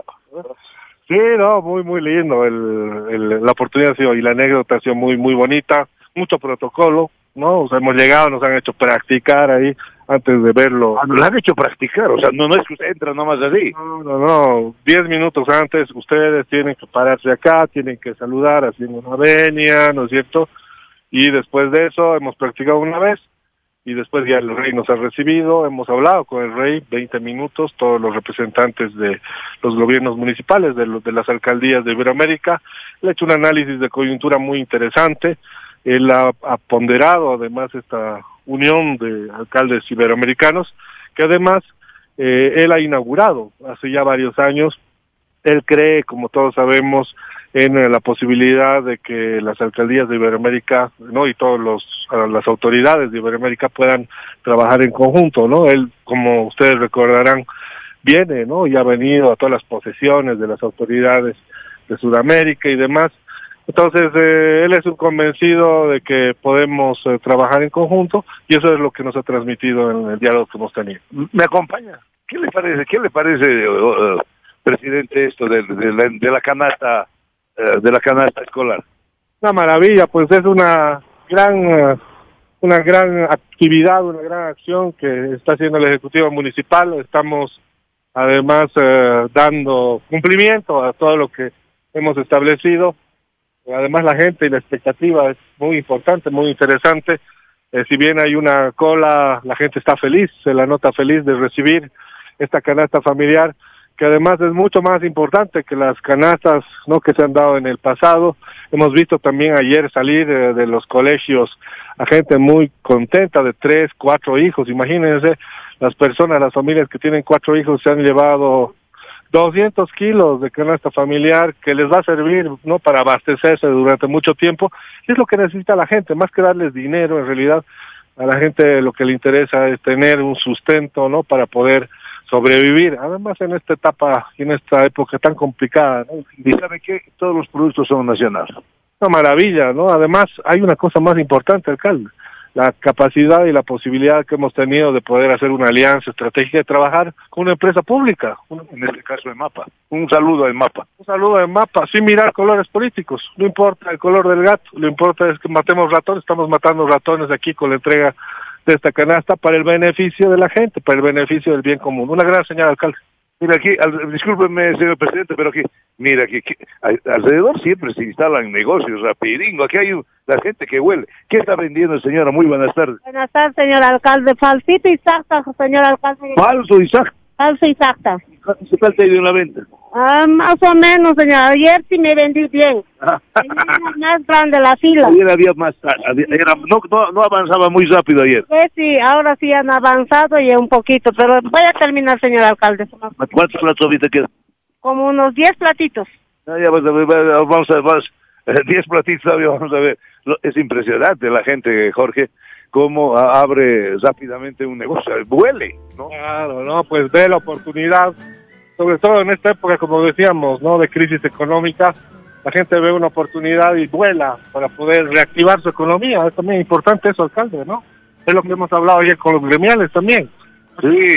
Sí, no, muy, muy lindo. El, el, la oportunidad ha sido, y la anécdota ha sido muy, muy bonita. Mucho protocolo, ¿no? O sea, hemos llegado, nos han hecho practicar ahí antes de verlo. Ah, nos han hecho practicar, o sea, no, no es que usted entra nomás así. No, no, no. Diez minutos antes ustedes tienen que pararse acá, tienen que saludar haciendo una venia, ¿no es cierto? Y después de eso hemos practicado una vez. Y después ya el rey nos ha recibido, hemos hablado con el rey veinte minutos, todos los representantes de los gobiernos municipales, de, los, de las alcaldías de Iberoamérica. Le ha hecho un análisis de coyuntura muy interesante. Él ha, ha ponderado además esta unión de alcaldes iberoamericanos, que además eh, él ha inaugurado hace ya varios años. Él cree, como todos sabemos, en la posibilidad de que las alcaldías de Iberoamérica, ¿no? Y todos los las autoridades de Iberoamérica puedan trabajar en conjunto, ¿no? Él, como ustedes recordarán, viene, ¿no? Y ha venido a todas las posesiones de las autoridades de Sudamérica y demás. Entonces, eh, él es un convencido de que podemos eh, trabajar en conjunto, y eso es lo que nos ha transmitido en el diálogo que hemos tenido. ¿Me acompaña? ¿Qué le parece? ¿Qué le parece, uh, uh, presidente, esto de, de, la, de la canasta uh, de la canasta escolar? Una maravilla, pues es una gran uh, una gran actividad, una gran acción que está haciendo el Ejecutivo Municipal. Estamos además uh, dando cumplimiento a todo lo que hemos establecido. Además la gente y la expectativa es muy importante, muy interesante. Eh, si bien hay una cola, la gente está feliz, se la nota feliz de recibir esta canasta familiar, que además es mucho más importante que las canastas, ¿no?, que se han dado en el pasado. Hemos visto también ayer salir eh, de los colegios a gente muy contenta de tres, cuatro hijos. Imagínense, las personas, las familias que tienen cuatro hijos se han llevado doscientos kilos de canasta familiar que les va a servir, ¿no?, para abastecerse durante mucho tiempo. Y es lo que necesita la gente, más que darles dinero. En realidad a la gente lo que le interesa es tener un sustento, ¿no?, para poder sobrevivir, además en esta etapa, en esta época tan complicada, ¿no? Y sabe que todos los productos son nacionales. Una maravilla, ¿no? Además hay una cosa más importante, alcalde, la capacidad y la posibilidad que hemos tenido de poder hacer una alianza estratégica de trabajar con una empresa pública, en este caso de MAPA. Un saludo a MAPA. Un saludo a MAPA, sin mirar colores políticos. No importa el color del gato, lo importante es que matemos ratones. Estamos matando ratones aquí con la entrega de esta canasta para el beneficio de la gente, para el beneficio del bien común. Una gran señal, alcalde. Mira aquí, al, discúlpeme, señor presidente, pero aquí, mira aquí, aquí alrededor siempre se instalan negocios rapidingo. Aquí hay un, la gente que huele. ¿Qué está vendiendo, señora? Muy buenas tardes. Buenas tardes, señor alcalde. Falsito y sacta, señor alcalde. Falso y sacta. Falso y sacta. ¿Qué tal te ha ido en la venta? Ah, más o menos, señor. Ayer sí me vendí bien. Tenía más grande la fila. Ayer había más, era, no, no, no avanzaba muy rápido ayer. Sí, sí, ahora sí han avanzado y un poquito, pero voy a terminar, señor alcalde. ¿Cuántos platos ahorita quedan? Como unos diez platitos. Ah, ya vamos a ver, vamos a ver, diez platitos todavía, vamos a ver. Es impresionante la gente, Jorge, cómo abre rápidamente un negocio, huele, ¿no? Claro, no, pues ve la oportunidad, sobre todo en esta época, como decíamos, ¿no?, de crisis económica. La gente ve una oportunidad y vuela para poder reactivar su economía. Es también importante eso, alcalde, ¿no? Es lo que hemos hablado ayer con los gremiales también. Sí.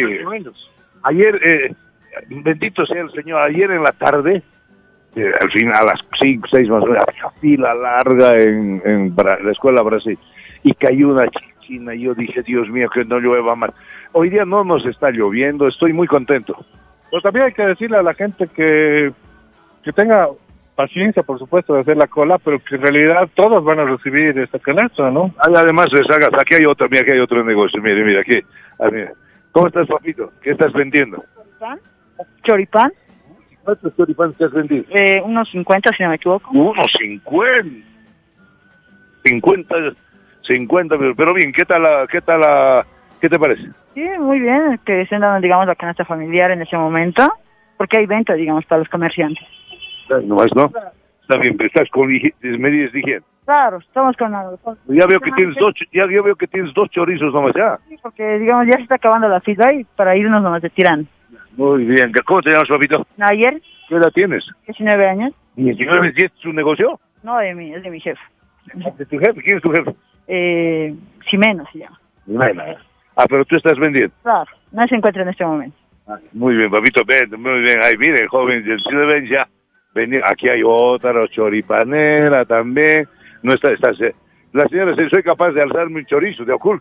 Ayer, eh, bendito sea el Señor, ayer en la tarde, eh, al fin a las cinco, seis más o menos, había fila larga en, en Bra la Escuela Brasil, y cayó una esquina y yo dije, Dios mío, que no llueva más. Hoy día no nos está lloviendo, estoy muy contento. Pues también hay que decirle a la gente que, que tenga paciencia, por supuesto, de hacer la cola, pero que en realidad todos van a recibir esta canasta, ¿no? Además, les hagas, aquí hay otro, mira, aquí hay otro negocio, mire, mira, aquí. Ah, mira. ¿Cómo estás, papito? ¿Qué estás vendiendo? Choripán. ¿Cuántos choripanes te has vendido? Eh, unos cincuenta, si no me equivoco. Unos cincuenta. cincuenta, cincuenta, pero, pero bien, ¿qué tal la, qué tal la, qué te parece? Sí, muy bien, que estén dando, digamos, la canasta familiar en ese momento, porque hay venta, digamos, para los comerciantes. No más, ¿no? Está bien, pero estás con higi- medidas de higiene. Claro, estamos con algo. Ya veo que tienes dos, ya, ya veo que tienes dos chorizos nomás, ya. Sí, porque, digamos, ya se está acabando la fila y para irnos nomás de tirán. Muy bien, ¿cómo te llamas, papito? Ayer, ¿Qué edad tienes? diecinueve años. diecinueve, ¿y este es un negocio? No de mí, es de mi jefe. ¿De tu jefe? ¿Quién es tu jefe? Eh, Ximeno se llama. Bueno. Ah, pero tú estás vendiendo. Claro, no se encuentra en este momento. Muy bien, papito, ven, muy bien. Ahí viene, joven, si le ven ya. Vení, aquí hay otra choripanera también. No está, está, la señora, si soy capaz de alzarme un chorizo de ocul.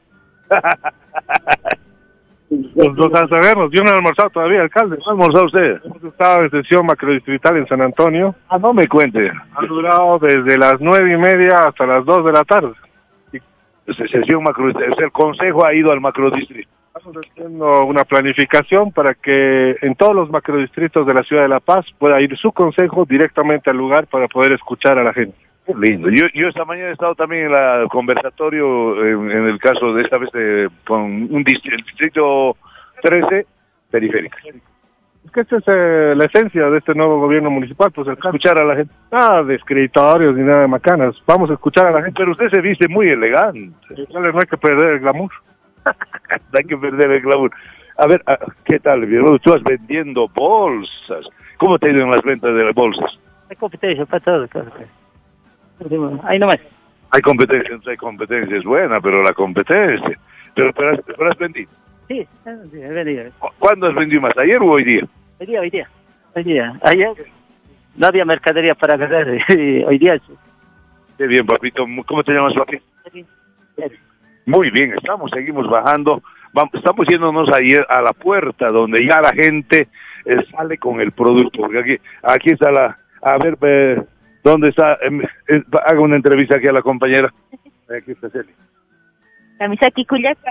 Los, los alzaguerros, yo no he almorzado todavía, alcalde. ¿No ha almorzado usted? Hemos estado en sesión macrodistrital en San Antonio. Ah, no me cuente. Ha durado desde las nueve y media hasta las dos de la tarde. Sesión macrodistrital, el consejo ha ido al macrodistrito. Estamos haciendo una planificación para que en todos los macrodistritos de la ciudad de La Paz pueda ir su consejo directamente al lugar para poder escuchar a la gente. Qué lindo. Yo, yo esta mañana he estado también en el conversatorio, en, en el caso de esta vez de, con un distrito, el distrito trece, periférico. Es que esta es eh, la esencia de este nuevo gobierno municipal, pues el escuchar a la gente. Nada de escritorios ni nada de macanas. Vamos a escuchar a la gente. Pero usted se viste muy elegante. No hay que perder el glamour. No hay que perder el glamour. A ver, ¿qué tal, viejo? Tú vas vendiendo bolsas. ¿Cómo te ha ido en las ventas de las bolsas? Hay competencia para todo. Ahí nomás. Hay competencia, hay competencia, es buena, pero la competencia. Pero, pero, has, pero has vendido. Sí, he vendido. ¿Cuándo has vendido más? ¿Ayer o hoy día? Hoy día, hoy día. Hoy día. Ayer no había mercadería para vender. Hoy día sí. Qué bien, papito. ¿Cómo te llamas, papi? Muy bien, estamos, seguimos bajando. Vamos, estamos yéndonos ayer a la puerta donde ya la gente eh, sale con el producto. Porque aquí, aquí está la... A ver, eh, ¿dónde está? Eh, eh, haga una entrevista aquí a la compañera. Aquí está Celia. Camisa aquí, Cuyaca.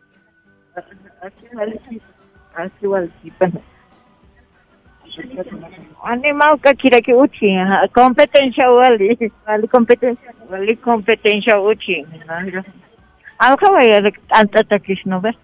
Animal que quiere que uchi, competencia wali, wali competencia, wali competencia uchi. Algo voy a anta takis no ver.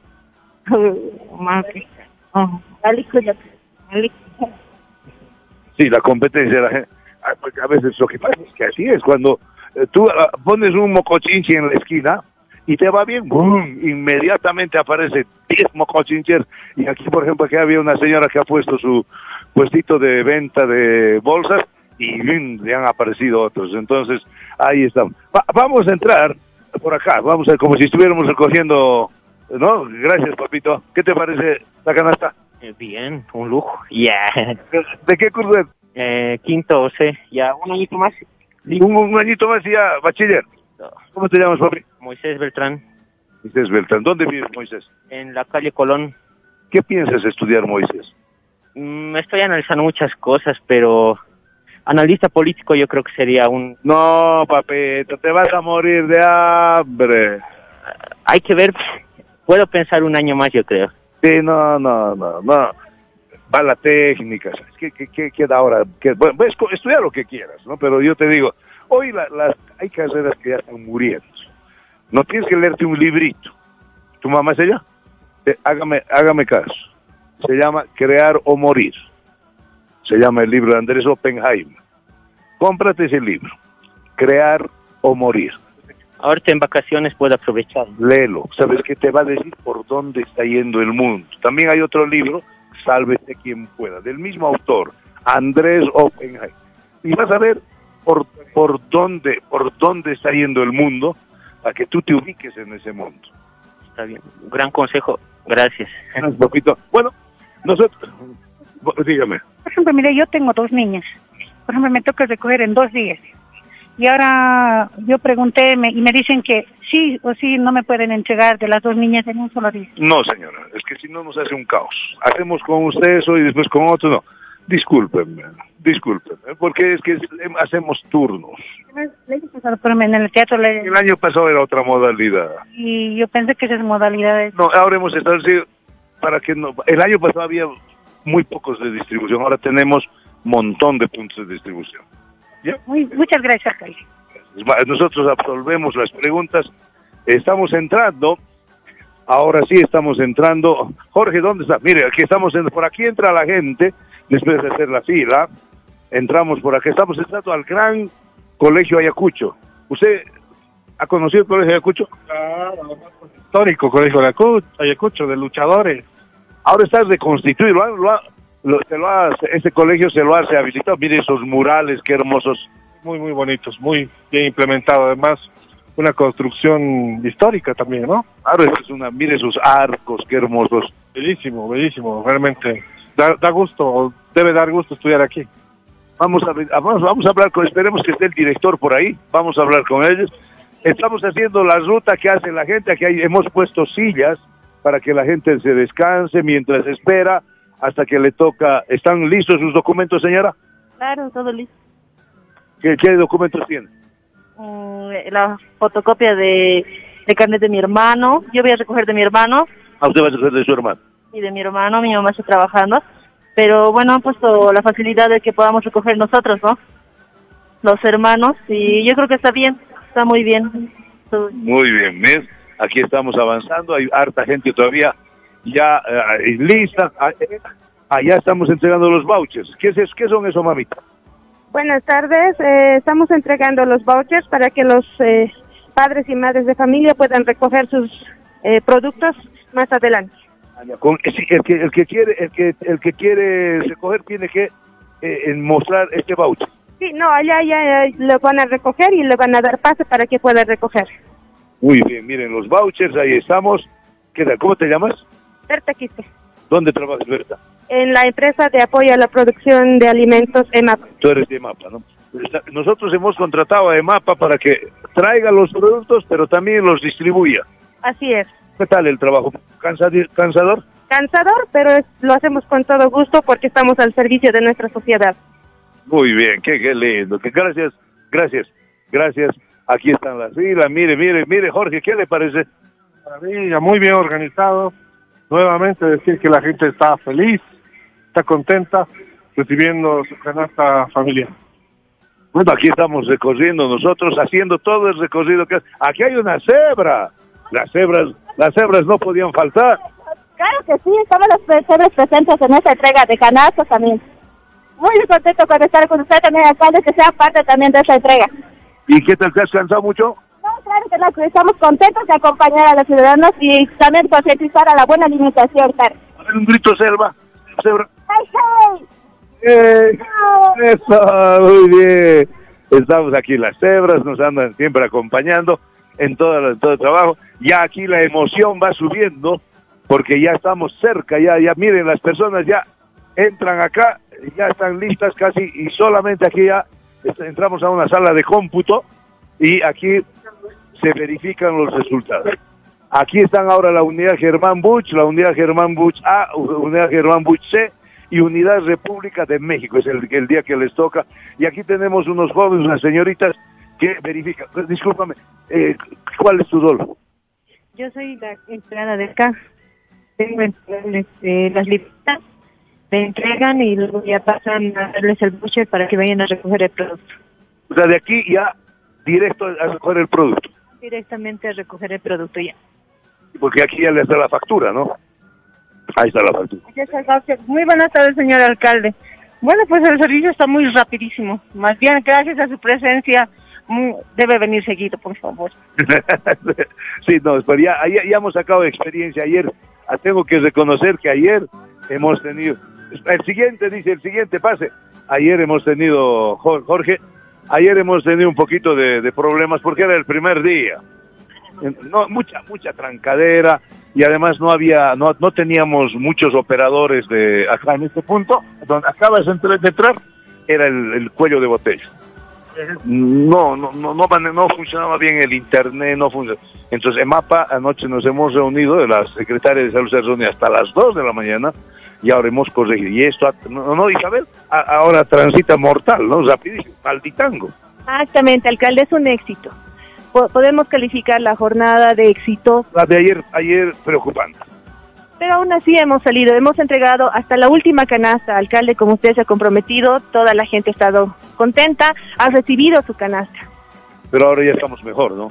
Oh, wali Cuyaca, wali. Sí, la competencia, la gente, a veces lo que pasa es que así es, cuando eh, tú uh, pones un mocochinchi en la esquina y te va bien, ¡boom!, inmediatamente aparece diez mocochinches, y aquí por ejemplo aquí había una señora que ha puesto su puestito de venta de bolsas y ¡bum!, le han aparecido otros, entonces ahí estamos. Va, vamos a entrar por acá, vamos a ver como si estuviéramos recogiendo, ¿no? Gracias, papito. ¿Qué te parece la canasta? Bien, un lujo. Ya. Yeah. ¿De qué curso es? Eh, quinto, o sea, ya un añito más. Un, un añito más y ya, bachiller. ¿Cómo te llamas, papi? Moisés Beltrán. Moisés Beltrán. ¿Dónde vives, Moisés? En la calle Colón. ¿Qué piensas estudiar, Moisés? Mm, estoy analizando muchas cosas, pero analista político yo creo que sería un... No, papito, te vas a morir de hambre. Hay que ver, puedo pensar un año más, yo creo. Sí, no, no, no, no. Va la técnica, ¿qué, qué, qué queda ahora? ¿Qué? Bueno, pues, estudia lo que quieras, ¿no? Pero yo te digo, hoy la, las, hay carreras que ya están muriendo. No tienes que leerte un librito. ¿Tu mamá es ella? Eh, hágame, hágame caso. Se llama Crear o Morir. Se llama el libro de Andrés Oppenheimer. Cómprate ese libro. Crear o Morir. Ahorita en vacaciones puedo aprovechar. Léelo. ¿Sabes qué te va a decir por dónde está yendo el mundo? También hay otro libro, Sálvese quien pueda, del mismo autor, Andrés Oppenheimer. Y vas a ver por, por dónde, por dónde está yendo el mundo para que tú te ubiques en ese mundo. Está bien. Un gran consejo. Gracias. Un poquito. Bueno, nosotros... Dígame. Por ejemplo, mire, yo tengo dos niñas. Por ejemplo, me toca recoger en dos días. Y ahora yo pregunté me, y me dicen que sí o sí no me pueden entregar de las dos niñas en un solo día. No, señora, es que si no nos hace un caos. Hacemos con usted eso y después con otro, no. Discúlpenme, discúlpenme, porque es que hacemos turnos. Pero en el teatro le... El año pasado era otra modalidad. Y yo pensé que esas modalidades... No, ahora hemos establecido para que no... El año pasado había muy pocos de distribución, ahora tenemos montón de puntos de distribución. ¿Ya? Muy, muchas gracias, alcalde. Nosotros absolvemos las preguntas. Estamos entrando, ahora sí estamos entrando. Jorge, ¿dónde está? Mire, aquí estamos, en, por aquí entra la gente, después de hacer la fila, entramos por aquí, estamos entrando al gran Colegio Ayacucho. ¿Usted ha conocido el Colegio Ayacucho? Claro, histórico Colegio Ayacucho, Ayacucho, de luchadores. Ahora está reconstituido, lo, ha, lo, ha, lo, se lo ha, este colegio se lo ha rehabilitado, mire esos murales, qué hermosos. Muy, muy bonitos, muy bien implementado, además una construcción histórica también, ¿no? Claro, es una, mire esos arcos, qué hermosos. Bellísimo, bellísimo, realmente. Da, da gusto, debe dar gusto estudiar aquí. Vamos a, vamos, vamos a hablar con, esperemos que esté el director por ahí, vamos a hablar con ellos. Estamos haciendo la ruta que hace la gente, aquí hay, hemos puesto sillas para que la gente se descanse mientras espera hasta que le toca. ¿Están listos sus documentos, señora? Claro, todo listo. ¿Qué, qué documentos tiene? Mm, la fotocopia de, de carnet de mi hermano. Yo voy a recoger de mi hermano. Ah, usted va a recoger de su hermano. Y de mi hermano, mi mamá está trabajando. Pero bueno, han puesto la facilidad de que podamos recoger nosotros, ¿no? Los hermanos. Y yo creo que está bien, está muy bien. Muy bien, ¿ves? Aquí estamos avanzando, hay harta gente todavía ya eh, lista. Allá estamos entregando los vouchers. ¿Qué, es, qué son eso, mamita? Buenas tardes, eh, estamos entregando los vouchers para que los eh, padres y madres de familia puedan recoger sus eh, productos más adelante. Con, el, que, el que quiere el que el que quiere recoger tiene que eh, mostrar este voucher. Sí, no, allá ya lo van a recoger y le van a dar pase para que pueda recoger. Muy bien, miren los vouchers, ahí estamos. ¿Qué tal? ¿Cómo te llamas? Berta Quispe. ¿Dónde trabajas, Berta? En la empresa de apoyo a la producción de alimentos EMAPA. Tú eres de EMAPA, ¿no? Nosotros hemos contratado a EMAPA para que traiga los productos, pero también los distribuya. Así es. ¿Qué tal el trabajo? ¿Cansador? ¿Cansador? Cansador, pero es, lo hacemos con todo gusto porque estamos al servicio de nuestra sociedad. Muy bien, qué, qué lindo. Que gracias, gracias, gracias. Aquí están las filas. Mire, mire, mire, Jorge, ¿qué le parece? Maravilla, muy bien organizado. Nuevamente decir que la gente está feliz, está contenta, recibiendo su canasta familiar. Bueno, aquí estamos recorriendo nosotros, haciendo todo el recorrido que... Aquí hay una cebra. Las cebras, las cebras no podían faltar. Claro que sí, estamos los cebras presentes en esta entrega de canastas también. Muy contento con estar con usted también, alcalde, que sea parte también de esta entrega. ¿Y qué tal? ¿Te has cansado mucho? No, claro que no, estamos contentos de acompañar a los ciudadanos y también concientizar a la buena alimentación, claro. A ver, un grito, selva, cebra. ¡Hey, hey! Eh, eso, muy bien. Estamos aquí, las cebras nos andan siempre acompañando en todo, en todo el trabajo. Ya aquí la emoción va subiendo porque ya estamos cerca, ya, ya miren, las personas ya entran acá, ya están listas casi y solamente aquí ya entramos a una sala de cómputo y aquí se verifican los resultados. Aquí están ahora la unidad Germán Buch, la unidad Germán Buch A, unidad Germán Buch C y unidad República de México, es el, el día que les toca. Y aquí tenemos unos jóvenes, unas señoritas que verifican. Pues, discúlpame, eh, ¿cuál es tu rol? Yo soy la empleada de acá. Tengo eh, las libretas, me entregan y luego ya pasan a darles el voucher para que vayan a recoger el producto. O sea, de aquí ya directo a recoger el producto. Directamente a recoger el producto ya. Porque aquí ya les da la factura, ¿no? Ahí está la factura. Muy buenas tardes, señor alcalde. Bueno, pues el servicio está muy rapidísimo. Más bien, gracias a su presencia, muy, debe venir seguido, por favor. Sí, no, pero ya, ya, ya hemos sacado experiencia ayer. Tengo que reconocer que ayer hemos tenido... El siguiente, dice, el siguiente pase. Ayer hemos tenido, Jorge, ayer hemos tenido un poquito de, de problemas porque era el primer día. No, mucha, mucha trancadera y además no había, no, no teníamos muchos operadores de acá en este punto, donde acabas de entrar, era el, el cuello de botella. No, no, no, no, mane- no funcionaba bien el internet, no funcionaba. Entonces, en MAPA, anoche nos hemos reunido, la secretaria de Salud se reunió hasta las dos de la mañana, y ahora hemos corregido. Y esto, no, no Isabel, A- ahora transita mortal, ¿no? Rapidísimo, malditango. Exactamente, alcalde, es un éxito. Po- podemos calificar la jornada de éxito, La de ayer, ayer preocupante. pero aún así hemos salido, hemos entregado hasta la última canasta, alcalde, como usted se ha comprometido, toda la gente ha estado contenta, ha recibido su canasta. Pero ahora ya estamos mejor, ¿no?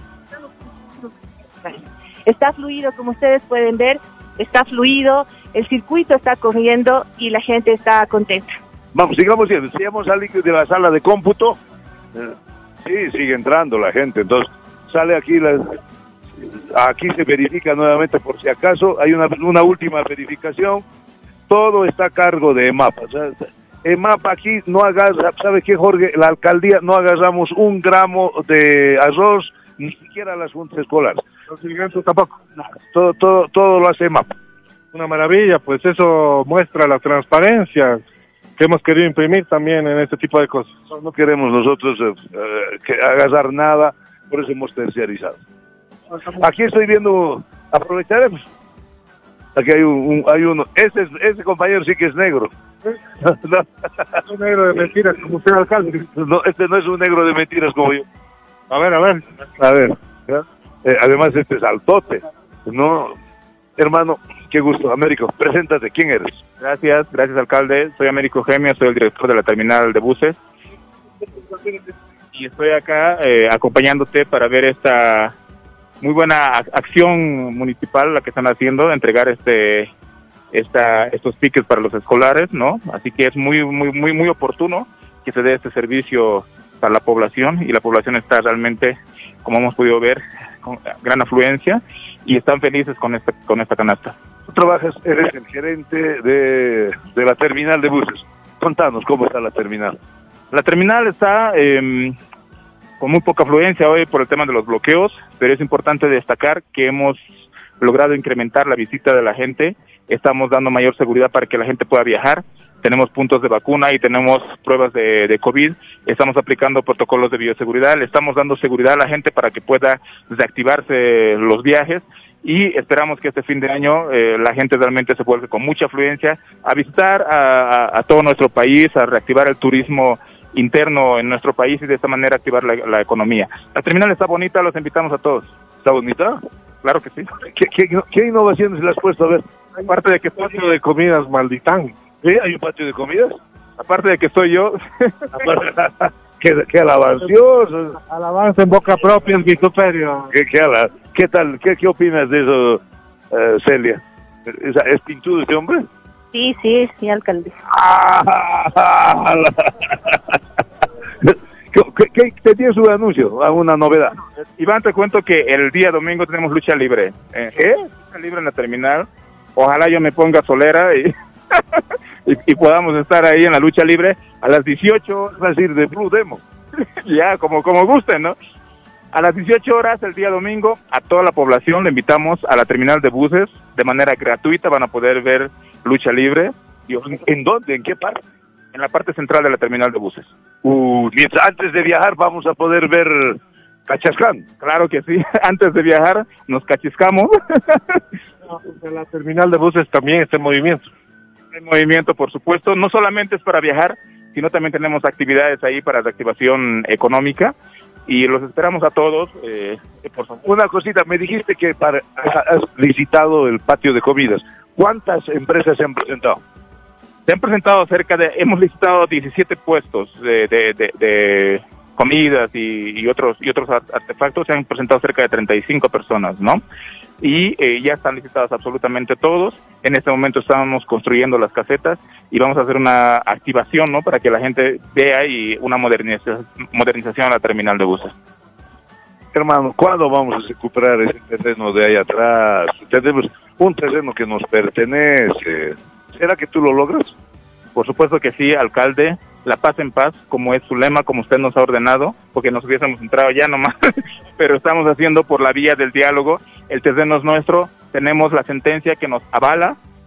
Está fluido, como ustedes pueden ver, está fluido, el circuito está corriendo y la gente está contenta. Vamos, sigamos viendo. Si hemos salido de la sala de cómputo, eh, sí, sigue entrando la gente. Entonces, sale aquí, la, aquí se verifica nuevamente por si acaso. Hay una, una última verificación. Todo está a cargo de EMAPA. O sea, EMAPA aquí no agarra, ¿sabe qué, Jorge? La alcaldía no agarramos un gramo de arroz, ni siquiera las juntas escolares. Los dirigentes tampoco. Todo, todo, todo lo hace EMAPA. Una maravilla, pues eso muestra la transparencia que hemos querido imprimir también en este tipo de cosas. No, no queremos nosotros eh, eh, que agarrar nada, por eso hemos terciarizado. Aquí estoy viendo, aprovecharemos. Aquí hay, un, un- hay uno, ese, es- ese compañero sí que es negro. No. Es un negro de mentiras como usted, alcalde. No, este no es un negro de mentiras como yo. A ver, a ver. A ver, ¿ya? Eh, además este es altote. No, hermano, qué gusto. Américo, preséntate, ¿quién eres? Gracias, gracias alcalde. Soy Américo Gemio, soy el director de la terminal de buses. Y estoy acá eh, acompañándote para ver esta muy buena ac- acción municipal la que están haciendo, de entregar este esta estos tickets para los escolares, ¿no? Así que es muy muy muy muy oportuno que se dé este servicio para la población, y la población está realmente, como hemos podido ver, con gran afluencia y están felices con esta con esta canasta. Tú trabajas, eres el gerente de, de la terminal de buses. Contanos cómo está la terminal. La terminal está eh, con muy poca afluencia hoy por el tema de los bloqueos, pero es importante destacar que hemos logrado incrementar la visita de la gente. Estamos dando mayor seguridad para que la gente pueda viajar. Tenemos puntos de vacuna y tenemos pruebas de, de COVID. Estamos aplicando protocolos de bioseguridad. Le estamos dando seguridad a la gente para que pueda reactivarse los viajes. Y esperamos que este fin de año eh, la gente realmente se vuelva con mucha afluencia a visitar a, a, a todo nuestro país, a reactivar el turismo interno en nuestro país y de esta manera activar la, la economía. La terminal está bonita, los invitamos a todos. ¿Está bonita? Claro que sí. ¿Qué, qué, qué innovaciones le has puesto a ver? Aparte de que patio de comidas malditán. ¿Sí? ¿Hay un patio de comidas? Aparte de que soy yo. qué, qué alabancioso. Alabanza en boca propia, el vituperio. ¿Qué, qué, ala- ¿Qué tal? ¿Qué, qué opinas de eso, eh, Celia? ¿Es, ¿Es pintudo este hombre? Sí, sí, sí, alcalde. ¿Qué, qué, qué- te tiene su anuncio? ¿Alguna novedad? Iván, te cuento que el día domingo tenemos lucha libre. Eh, ¿Qué? Lucha libre en la terminal. Ojalá yo me ponga solera y, y, y podamos estar ahí en la lucha libre a las dieciocho. Va a decir de Blue Demo. Ya, como, como gusten, ¿no? A las dieciocho horas el día domingo, a toda la población le invitamos a la terminal de buses de manera gratuita. Van a poder ver lucha libre. ¿En dónde? ¿En qué parte? En la parte central de la terminal de buses. Uh, mientras antes de viajar vamos a poder ver Cachascán. Claro que sí. Antes de viajar nos cachiscamos. La terminal de buses también está en movimiento. En movimiento, por supuesto. No solamente es para viajar, sino también tenemos actividades ahí para reactivación económica. Y los esperamos a todos, eh, por favor. Una cosita, me dijiste que para, has licitado el patio de comidas. ¿Cuántas empresas se han presentado? Se han presentado cerca de, hemos licitado diecisiete puestos de, de, de, de comidas y, y otros y otros artefactos. Se han presentado cerca de treinta y cinco personas, ¿no? Y eh, ya están licitados absolutamente todos. En este momento estamos construyendo las casetas y vamos a hacer una activación, ¿no? Para que la gente vea y una modernización, modernización a la terminal de buses. Hermano, ¿cuándo vamos a recuperar ese terreno de ahí atrás? Tenemos un terreno que nos pertenece. ¿Será que tú lo logras? Por supuesto que sí, alcalde. La paz en paz, como es su lema, como usted nos ha ordenado, porque nos hubiésemos entrado ya nomás, pero estamos haciendo por la vía del diálogo. El terreno es nuestro, tenemos la sentencia que nos avala, ¿no?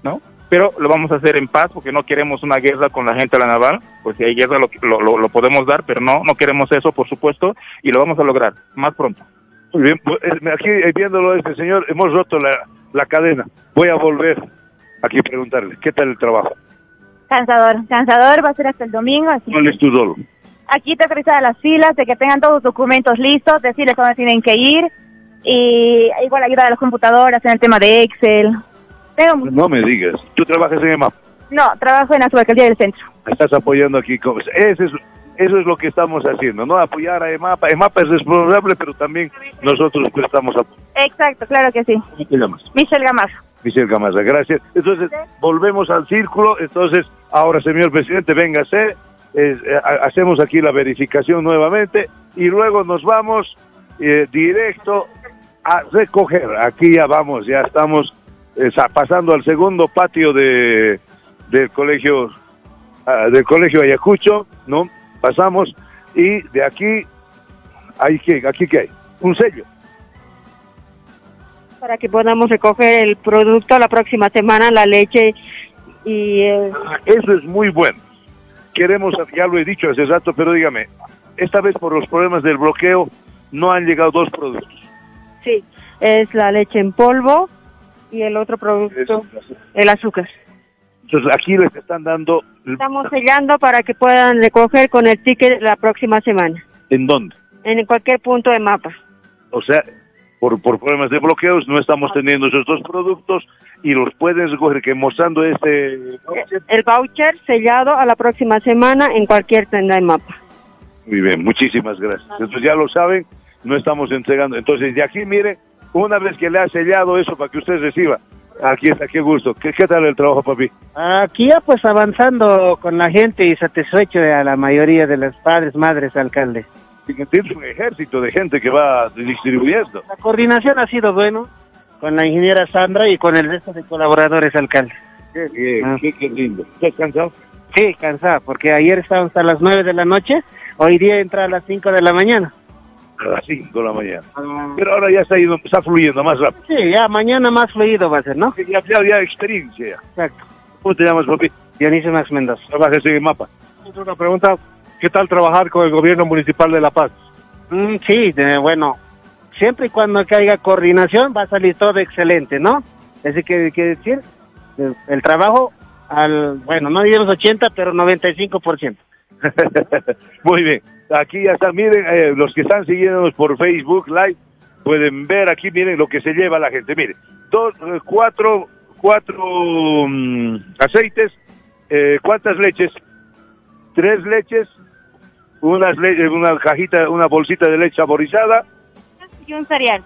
pero lo vamos a hacer en paz porque no queremos una guerra con la gente de la naval. Pues si hay guerra lo, lo, lo, lo podemos dar, pero no, no queremos eso, por supuesto, y lo vamos a lograr más pronto. Muy bien, pues, aquí viéndolo este señor, hemos roto la, la cadena. Voy a volver aquí a preguntarle, ¿qué tal el trabajo? Cansador, cansador, va a ser hasta el domingo. Así ¿Cuál es tu rol? aquí te aterrizar las filas, de que tengan todos los documentos listos, decirles dónde tienen que ir, y igual ayudar a las computadoras en el tema de Excel. Tengo... No me digas, ¿tú trabajas en EMAP? No, trabajo en la subalcaldía del centro. Estás apoyando aquí, con... Ese es, eso es lo que estamos haciendo, ¿no? Apoyar a EMAP. EMAP es responsable, pero también nosotros prestamos apoyo. Exacto, claro que sí. ¿Cómo te llamas? Michelle Gamarra. Michelle Gamarra, gracias. Entonces, volvemos al círculo. Entonces, ahora, señor presidente, véngase. Eh, hacemos aquí la verificación nuevamente y luego nos vamos eh, directo a recoger. Aquí ya vamos, ya estamos eh, pasando al segundo patio de del colegio uh, del colegio Ayacucho, ¿no? Pasamos y de aquí hay que aquí qué hay un sello para que podamos recoger el producto la próxima semana, la leche y eh... eso es muy bueno. Queremos, ya lo he dicho hace rato, pero dígame, esta vez por los problemas del bloqueo no han llegado dos productos. Sí, es la leche en polvo y el otro producto, el azúcar. Entonces aquí les están dando... Estamos sellando para que puedan recoger con el ticket la próxima semana. ¿En dónde? En cualquier punto de mapa. O sea, por, por problemas de bloqueos no estamos teniendo esos dos productos y los pueden recoger, que mostrando este... El voucher sellado a la próxima semana en cualquier tienda de mapa. Muy bien, muchísimas gracias. Entonces ya lo saben, no estamos entregando. Entonces de aquí, mire, una vez que le ha sellado eso para que usted reciba, aquí está, qué gusto. ¿Qué, qué tal el trabajo, papi? Aquí ya pues avanzando con la gente y satisfecho a la mayoría de los padres, madres, alcaldes. Tienes un ejército de gente que va distribuyendo. La coordinación ha sido bueno con la ingeniera Sandra y con el resto de colaboradores, alcalde. Qué bien, ah. qué, qué lindo. ¿Estás cansado? Sí, cansado, porque ayer estábamos hasta las nueve de la noche, hoy día entra a las cinco de la mañana. A las cinco de la mañana. Ah. Pero ahora ya está, ido, está fluyendo más rápido. Sí, ya mañana más fluido va a ser, ¿no? Ya, ya, ya experiencia. Ya. Exacto. ¿Cómo te llamas, papi? Dionisio Max Mendoza. ¿Trabajas en el mapa? Una pregunta, ¿qué tal trabajar con el gobierno municipal de La Paz? Mm, sí, de, bueno, siempre y cuando que haya coordinación va a salir todo excelente, ¿no? Así que, que decir, el, el trabajo, al bueno, no digamos ochenta, pero noventa y cinco por ciento. Muy bien, aquí ya están, miren, eh, los que están siguiéndonos por Facebook Live, pueden ver aquí, miren lo que se lleva la gente, miren, dos, eh, cuatro, cuatro um, aceites, eh, ¿cuántas leches? Tres leches, unas le una cajita, una bolsita de leche saborizada. Y un cereal.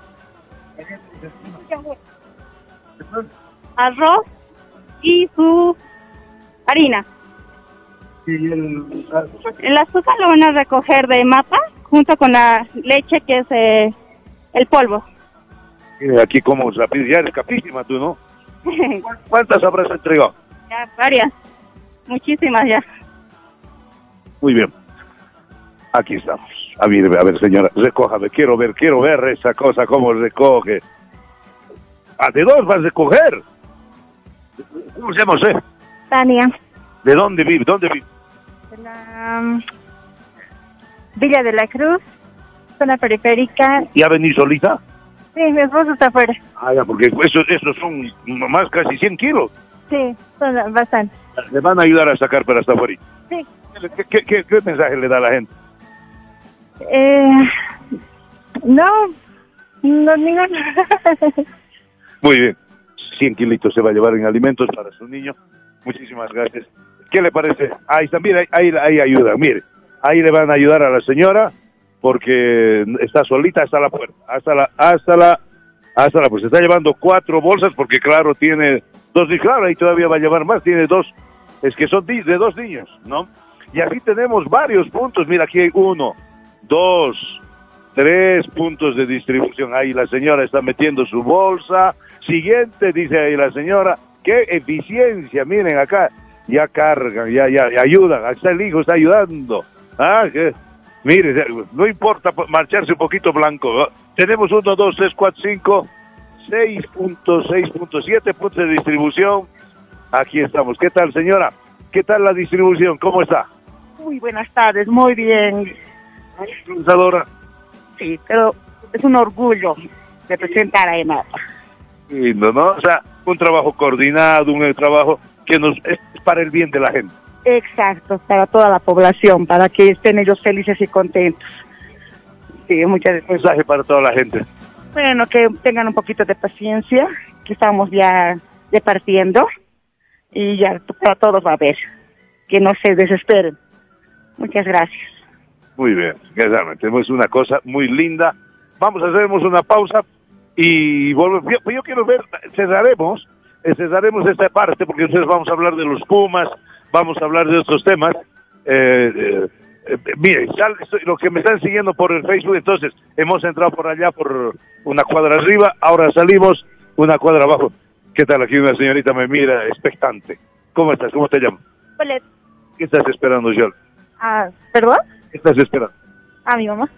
Arroz y su harina. ¿Y el, el azúcar lo van a recoger de mapa junto con la leche que es eh, el polvo. Aquí como rápido, ya eres capísima tú, ¿no? ¿Cuántas habrás entregado? Ya, varias. Muchísimas ya. Muy bien. Aquí estamos. A ver, a ver, señora, recójame. Quiero ver, quiero ver esa cosa, cómo recoge. ¿A de dos vas a recoger? ¿Cómo se llama usted? Tania. ¿De dónde vive? ¿Dónde vive? De la um, Villa de la Cruz, zona periférica. ¿Y ha venido solita? Sí, mi esposo está afuera. Ah, ya, porque esos, esos son más casi cien kilos. Sí, son bastante. Le van a ayudar a sacar para hasta afuera. Sí. ¿Qué, qué, qué, qué mensaje le da a la gente? Eh, no, no, ninguno. Muy bien, cien kilitos se va a llevar en alimentos para su niño. Muchísimas gracias. ¿Qué le parece? Ahí está, mire, ahí, ahí ayuda, mire. Ahí le van a ayudar a la señora porque está solita hasta la puerta, hasta la, hasta la, hasta la, pues está llevando cuatro bolsas porque claro, tiene dos, y claro, ahí todavía va a llevar más, tiene dos, es que son de dos niños, ¿no? Y así tenemos varios puntos, mira, aquí hay uno, dos, tres puntos de distribución. Ahí la señora está metiendo su bolsa. Siguiente, dice ahí la señora, qué eficiencia, miren acá, ya cargan, ya, ya, ya ayudan, hasta el hijo está ayudando. Ah, que, mire, no importa marcharse un poquito blanco, ¿no? Tenemos uno, dos, tres, cuatro, cinco, seis puntos, seis puntos, siete puntos de distribución. Aquí estamos. ¿Qué tal, señora? ¿Qué tal la distribución? ¿Cómo está? Muy buenas tardes, muy bien. Organizadora. Sí, pero es un orgullo representar a ENAPA. Lindo, ¿no? O sea, un trabajo coordinado, un trabajo que nos es para el bien de la gente. Exacto, para toda la población, para que estén ellos felices y contentos. Sí, muchas gracias. Un mensaje para toda la gente. Bueno, que tengan un poquito de paciencia, que estamos ya departiendo y ya para todos va a ver, que no se desesperen. Muchas gracias. Muy bien, realmente es una cosa muy linda. Vamos a hacernos una pausa y volvemos. Yo, yo quiero ver, cerraremos, eh, cerraremos esta parte porque entonces vamos a hablar de los Pumas, vamos a hablar de otros temas. Eh, eh, eh, miren, sal, estoy, lo que me están siguiendo por el Facebook, entonces hemos entrado por allá por una cuadra arriba, ahora salimos una cuadra abajo. ¿Qué tal? Aquí una señorita me mira expectante. ¿Cómo estás? ¿Cómo te llamas? Hola. ¿Qué estás esperando, Joel? Ah, ¿perdón? ¿Qué estás esperando? Ah, mi mamá.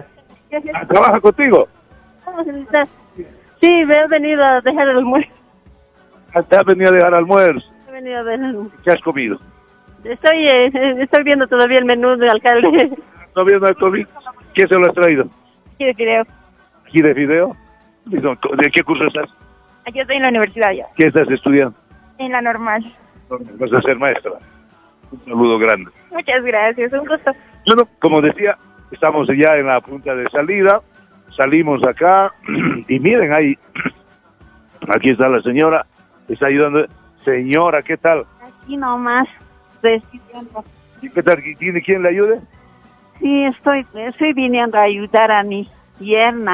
Ah, ¿trabaja contigo? ¿Cómo se dice? Sí, me he venido a dejar el almuerzo. Ah, ¿te has venido a dejar almuerzo? He venido a dejar el almuerzo. ¿Qué has comido? Estoy, eh, estoy viendo todavía el menú del alcalde. ¿Todavía no has comido? ¿Quién se lo has traído? Sí, de video. ¿Aquí de video? ¿De qué curso estás? Aquí estoy en la universidad ya. ¿Qué estás estudiando? En la normal. Vas a ser maestra. Un saludo grande. Muchas gracias, un gusto. Bueno, como decía, estamos ya en la punta de salida, salimos acá y miren ahí, aquí está la señora, está ayudando. Señora, ¿qué tal? Aquí nomás, recibiendo. ¿Qué tal? ¿Tiene quien le ayude? Sí, estoy, estoy viniendo a ayudar a mi yerna.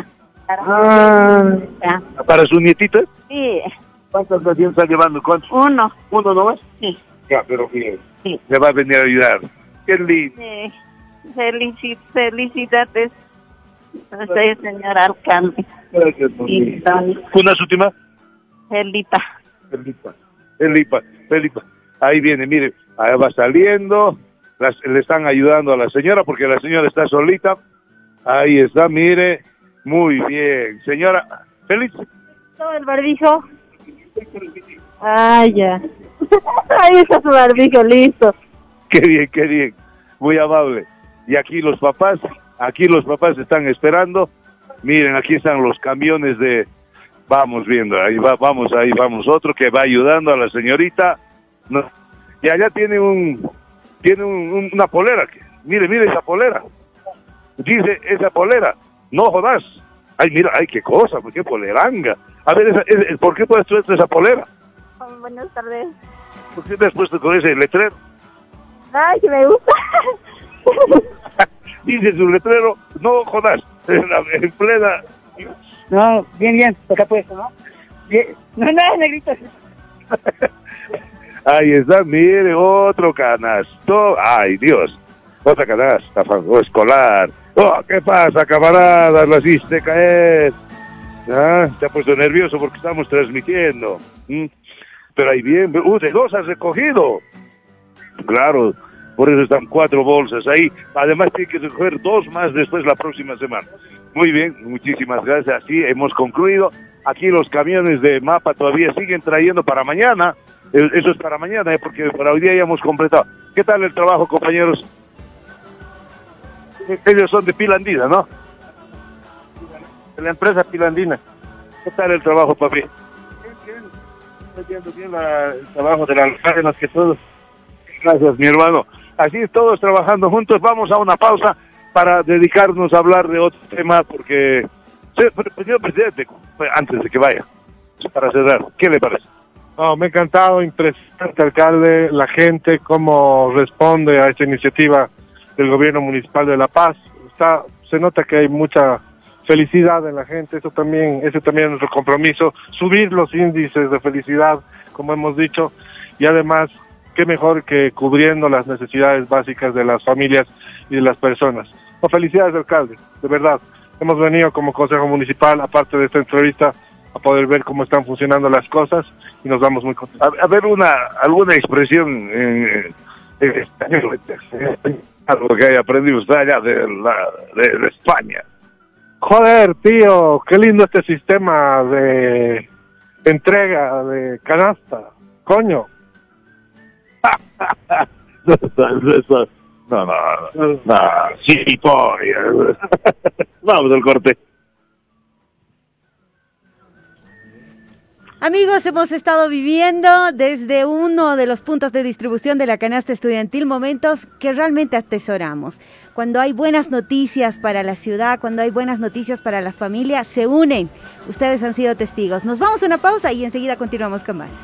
Ah, ¿para su nietita? Sí. ¿Cuántos pacientes está llevando? ¿Cuántos? Uno. ¿Uno nomás? Sí. Ya, pero bien. Sí. Me va a venir a ayudar. Qué lindo. Sí. Felicit felicidades, soy señor alcalde. Gracias, sí, ¿una última? Felipa. Felipa. Felipa. Felipa. Ahí viene, mire, ahí va saliendo, las, le están ayudando a la señora porque la señora está solita. Ahí está, mire, muy bien. Señora, feliz. ¿Todo el barbijo? Ah, ya. Ahí está su barbijo, listo. Qué bien, qué bien. Muy amable. Y aquí los papás, aquí los papás están esperando. Miren, aquí están los camiones de... Vamos viendo, ahí va, vamos, ahí vamos. Otro que va ayudando a la señorita. No. Y allá tiene un... Tiene un, un, una polera. Mire, mire esa polera. Dice esa polera. No jodas. Ay, mira, ay, qué cosa, qué poleranga. A ver, esa, esa, ¿por qué puedes puesto esa polera? Oh, buenas tardes. ¿Por qué te has puesto con ese letrero? Ay, que me gusta. Dice su letrero, no jodas, en, la, en plena... No, bien, bien, acá puesto, ¿no? Bien. No, no, negrito. Ahí está, mire, otro canasto. Ay, Dios, otra canasta o escolar. Oh, ¿qué pasa, camarada? Lo hiciste caer. ¿Ah? Te ha puesto nervioso porque estamos transmitiendo. ¿Mm? Pero ahí bien, uh, de dos has recogido. Claro, por eso están cuatro bolsas ahí. Además tiene que recoger dos más después la próxima semana. Muy bien, muchísimas gracias. Así hemos concluido. Aquí los camiones de MAPA todavía siguen trayendo para mañana. Eso es para mañana, ¿eh? Porque para hoy día ya hemos completado. ¿Qué tal el trabajo, compañeros? Ellos son de Pilandina, ¿no? De la empresa Pilandina. ¿Qué tal el trabajo, papi? Bien, bien. Estoy viendo bien la, el trabajo de la alcalde más que todo. Gracias, mi hermano. Así todos trabajando juntos. Vamos a una pausa para dedicarnos a hablar de otro tema, porque... Señor presidente, antes de que vaya, para cerrar, ¿qué le parece? No, me ha encantado, impresionante, alcalde, la gente, cómo responde a esta iniciativa del gobierno municipal de La Paz. Está, se nota que hay mucha felicidad en la gente, eso también, ese también es nuestro compromiso, subir los índices de felicidad, como hemos dicho, y además, qué mejor que cubriendo las necesidades básicas de las familias y de las personas. No, felicidades, alcalde, de verdad. Hemos venido como Consejo Municipal, aparte de esta entrevista, a poder ver cómo están funcionando las cosas y nos damos muy contentos. A, a ver, una alguna expresión en, en español, algo que haya aprendido usted allá de, la, de, de España. Joder, tío, qué lindo este sistema de entrega de canasta. Coño, No, no, no, no, sí, polla. Vamos al corte. Amigos, hemos estado viviendo desde uno de los puntos de distribución de la canasta estudiantil momentos que realmente atesoramos. Cuando hay buenas noticias para la ciudad, cuando hay buenas noticias para la familia, se unen. Ustedes han sido testigos. Nos vamos a una pausa y enseguida continuamos con más.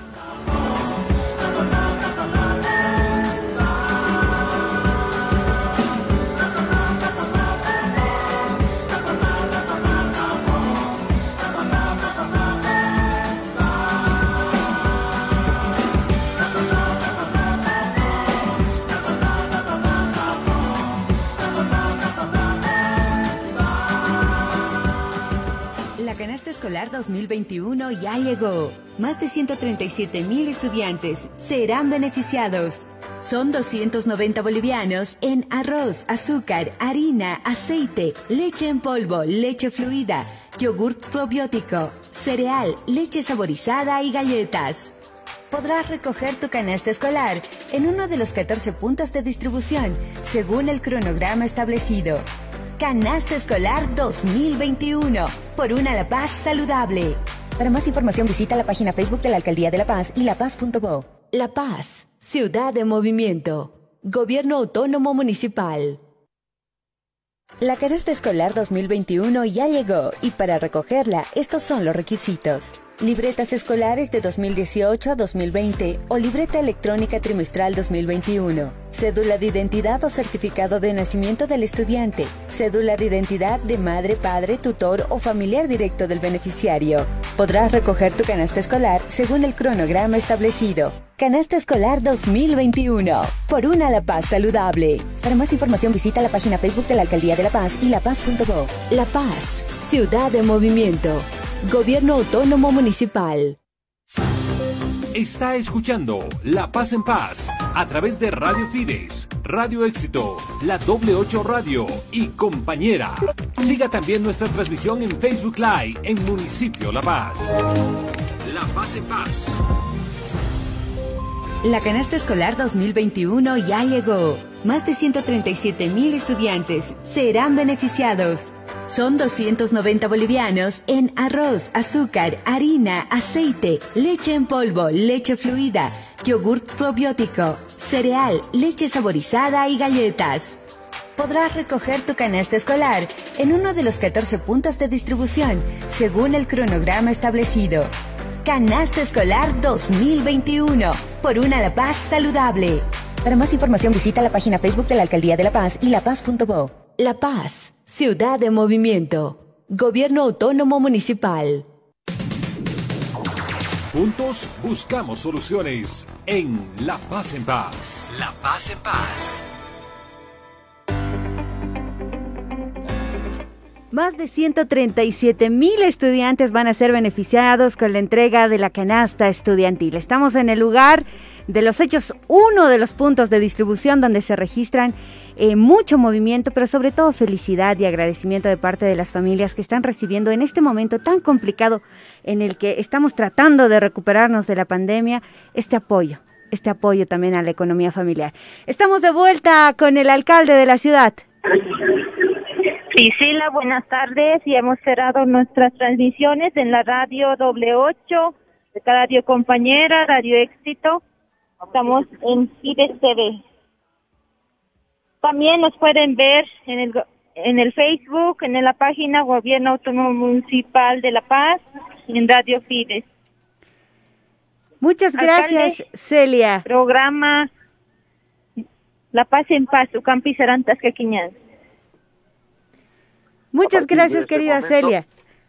La canasta escolar dos mil veintiuno ya llegó. Más de ciento treinta y siete mil estudiantes serán beneficiados. Son doscientos noventa bolivianos en arroz, azúcar, harina, aceite, leche en polvo, leche fluida, yogurt probiótico, cereal, leche saborizada y galletas. Podrás recoger tu canasta escolar en uno de los catorce puntos de distribución, según el cronograma establecido. Canasta Escolar dos mil veintiuno, por una La Paz saludable. Para más información visita la página Facebook de la Alcaldía de La Paz y lapaz punto bo. La Paz, ciudad de movimiento. Gobierno Autónomo Municipal. La canasta escolar dos mil veintiuno ya llegó y para recogerla estos son los requisitos. Libretas escolares de dos mil dieciocho a dos mil veinte o libreta electrónica trimestral dos mil veintiuno. Cédula de identidad o certificado de nacimiento del estudiante. Cédula de identidad de madre, padre, tutor o familiar directo del beneficiario. Podrás recoger tu canasta escolar según el cronograma establecido. Canasta Escolar dos mil veintiuno, por una La Paz saludable. Para más información visita la página Facebook de la Alcaldía de La Paz y lapaz punto bo. La Paz, ciudad de movimiento. Gobierno Autónomo Municipal. Está escuchando La Paz en Paz a través de Radio Fides, Radio Éxito, la doble ocho Radio y Compañera. Siga también nuestra transmisión en Facebook Live en Municipio La Paz. La Paz en Paz. La canasta escolar dos mil veintiuno ya llegó. Más de ciento treinta y siete mil estudiantes serán beneficiados. Son doscientos noventa bolivianos en arroz, azúcar, harina, aceite, leche en polvo, leche fluida, yogurt probiótico, cereal, leche saborizada y galletas. Podrás recoger tu canasta escolar en uno de los catorce puntos de distribución, según el cronograma establecido. Canasta Escolar dos mil veintiuno, por una La Paz saludable. Para más información visita la página Facebook de la Alcaldía de La Paz y lapaz punto bo. La Paz, ciudad de movimiento. Gobierno Autónomo Municipal. Juntos buscamos soluciones en La Paz en Paz. La Paz en Paz. Más de ciento treinta y siete mil estudiantes van a ser beneficiados con la entrega de la canasta estudiantil. Estamos en el lugar de los hechos, uno de los puntos de distribución donde se registran eh, mucho movimiento, pero sobre todo felicidad y agradecimiento de parte de las familias que están recibiendo en este momento tan complicado en el que estamos tratando de recuperarnos de la pandemia, este apoyo, este apoyo también a la economía familiar. Estamos de vuelta con el alcalde de la ciudad. Priscila, buenas tardes, y hemos cerrado nuestras transmisiones en la radio doble ocho, Radio Compañera, Radio Éxito. Estamos en Fides T V. También nos pueden ver en el en el Facebook, en la página Gobierno Autónomo Municipal de La Paz, en Radio Fides. Muchas gracias, alcalde, Celia. Programa La Paz en Paz, Ucampi Sarantas Caquiñán. Muchas gracias, este querida momento, Celia.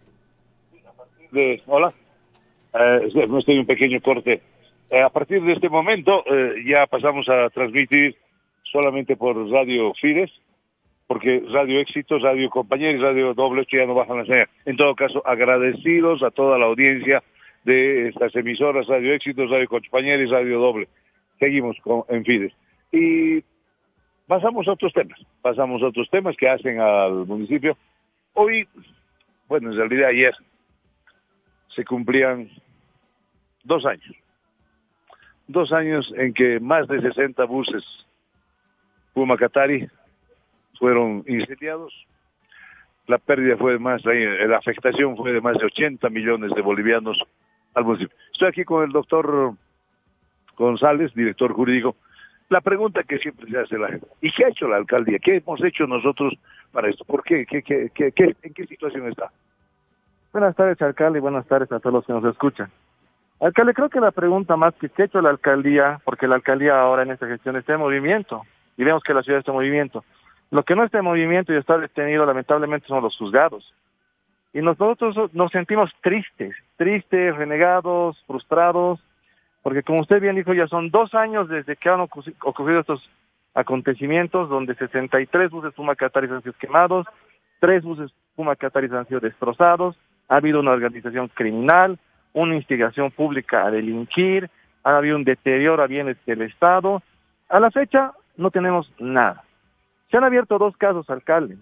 De, hola. Eh, estoy un pequeño corte. Eh, a partir de este momento eh, ya pasamos a transmitir solamente por Radio Fides, porque Radio Éxito, Radio Compañera y Radio Doble ocho ya no bajan la señal. En todo caso, agradecidos a toda la audiencia de estas emisoras, Radio Éxito, Radio Compañera y Radio Doble. Seguimos con, en Fides. Y pasamos a otros temas, pasamos a otros temas que hacen al municipio. Hoy, bueno, en realidad ayer, se cumplían dos años. dos años en que más de sesenta buses Puma Qatari fueron incendiados. La pérdida fue de más, la, la afectación fue de más de ochenta millones de bolivianos al municipio. Estoy aquí con el doctor González, director jurídico. La pregunta que siempre se hace la gente, ¿y qué ha hecho la alcaldía? ¿Qué hemos hecho nosotros para esto? ¿Por qué? ¿Qué, qué, qué, qué ¿En qué situación está? Buenas tardes, alcalde, y buenas tardes a todos los que nos escuchan. Alcalde, creo que la pregunta más que qué ha hecho la alcaldía, porque la alcaldía ahora en esta gestión está en movimiento, y vemos que la ciudad está en movimiento. Lo que no está en movimiento y está detenido lamentablemente son los juzgados. Y nosotros nos sentimos tristes, tristes, renegados, frustrados, porque como usted bien dijo, ya son dos años desde que han ocurrido estos acontecimientos donde sesenta y tres buses Puma Qatari han sido quemados, tres buses Puma Qatari han sido destrozados, ha habido una organización criminal, una instigación pública a delinquir, ha habido un deterioro a bienes del Estado. A la fecha no tenemos nada. Se han abierto dos casos, alcalde.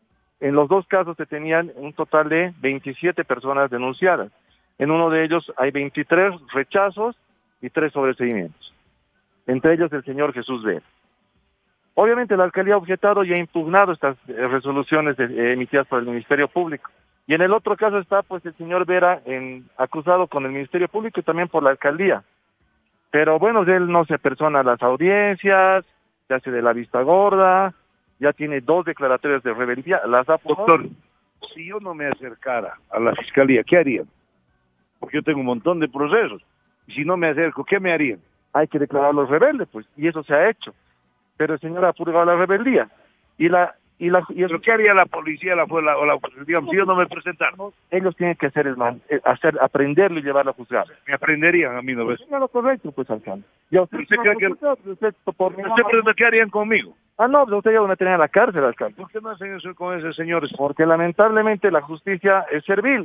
En los dos casos se tenían un total de veintisiete personas denunciadas. En uno de ellos hay veintitrés rechazos y tres sobreseimientos. Entre ellos el señor Jesús Vera. Obviamente la alcaldía ha objetado y ha impugnado estas eh, resoluciones de, eh, emitidas por el Ministerio Público. Y en el otro caso está pues el señor Vera en, acusado con el Ministerio Público y también por la alcaldía. Pero bueno, él no se persona a las audiencias, se hace de la vista gorda, ya tiene dos declaratorias de rebeldía, las ha... Doctor, si yo no me acercara a la fiscalía, ¿qué harían? Porque yo tengo un montón de procesos. Y si no me acerco, ¿qué me harían? Hay que declararlos rebeldes, pues, y eso se ha hecho. Pero el señor ha purgado la rebeldía. Y la... Y la y ¿Pero qué haría la policía la, la, o la, digamos, si yo no me presentara? Ellos tienen que hacer, el man, hacer aprenderlo y llevarlo a juzgar. Me aprenderían a mí, ¿no ves? No lo correcto, pues, alcalde. Ya usted, ¿Usted cree que usted, por usted pregunta qué harían conmigo? Ah, no, pues usted ya lo metería en la cárcel, alcalde. ¿Por qué no hacen eso con esos señores? Porque lamentablemente la justicia es servil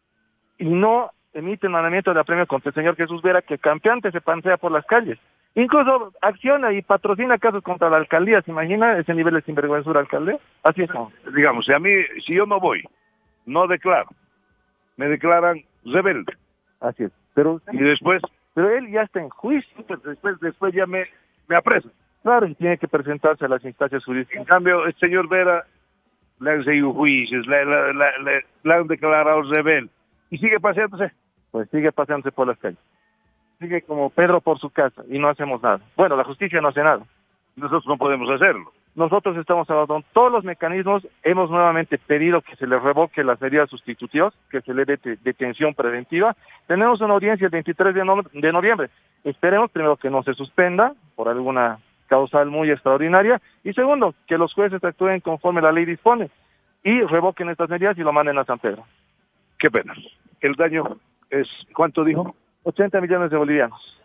y no emite mandamiento de apremio contra el señor Jesús Vera, que campeante se pansea por las calles. Incluso acciona y patrocina casos contra la alcaldía. ¿Se imagina ese nivel de sinvergüenzura, alcalde? Así es. ¿No? Digamos, si a mí, si yo no voy, no declaro, me declaran rebelde. Así es. Pero, y después... Pero él ya está en juicio. Pues después, después ya me, me apresan. Claro, y tiene que presentarse a las instancias jurídicas. En cambio, el señor Vera le han seguido juicios, le, le, le, le, le han declarado rebelde. ¿Y sigue paseándose? Pues sigue paseándose por las calles. Sigue como Pedro por su casa y no hacemos nada. Bueno, la justicia no hace nada. Nosotros no podemos hacerlo. Nosotros estamos abordando todos los mecanismos. Hemos nuevamente pedido que se le revoque las medidas sustitutivas, que se le dé detención preventiva. Tenemos una audiencia el veintitrés de, no, de noviembre. Esperemos primero que no se suspenda por alguna causal muy extraordinaria. Y segundo, que los jueces actúen conforme la ley dispone y revoquen estas medidas y lo manden a San Pedro. Qué pena. El daño es, ¿cuánto dijo? ochenta millones de bolivianos.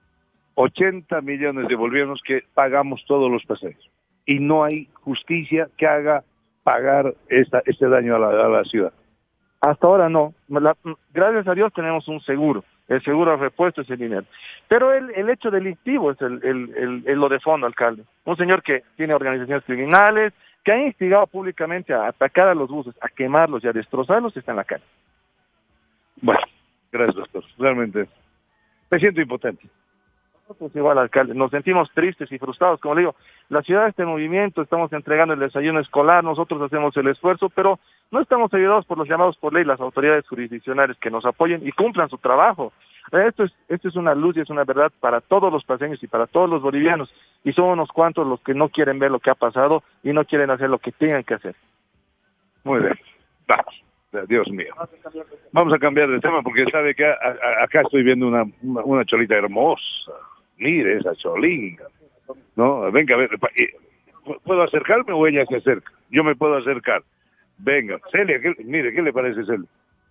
ochenta millones de bolivianos que pagamos todos los paseos. Y no hay justicia que haga pagar esta, este daño a la, a la ciudad. Hasta ahora no. La, gracias a Dios tenemos un seguro. El seguro ha repuesto ese dinero. Pero el, el hecho delictivo es el, el, el, el lo de fondo, alcalde. Un señor que tiene organizaciones criminales, que ha instigado públicamente a atacar a los buses, a quemarlos y a destrozarlos, está en la calle. Bueno, gracias, doctor. Realmente me siento impotente. Nosotros igual, alcalde, nos sentimos tristes y frustrados. Como le digo, la ciudad está en movimiento, estamos entregando el desayuno escolar, nosotros hacemos el esfuerzo, pero no estamos ayudados por los llamados por ley, las autoridades jurisdiccionales que nos apoyen y cumplan su trabajo. Esto es, esto es una luz y es una verdad para todos los paseños y para todos los bolivianos, y son unos cuantos los que no quieren ver lo que ha pasado y no quieren hacer lo que tengan que hacer. Muy bien, vamos. Dios mío. Vamos a cambiar de tema porque sabe que a, a, acá estoy viendo una, una, una cholita hermosa. Mire esa cholita. No, venga, a ver. ¿Puedo acercarme o ella se acerca? Yo me puedo acercar. Venga, Celia, ¿qué, mire, ¿qué le parece, Celia?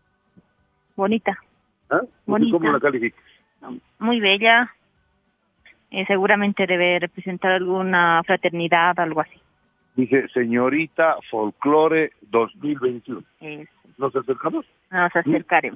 Bonita. ¿Ah? Bonita. ¿Cómo la califica? Muy bella. Eh, seguramente debe representar alguna fraternidad, algo así. Dice señorita Folklore dos mil veintiuno. Eso. ¿Nos acercamos? Nos acercaremos.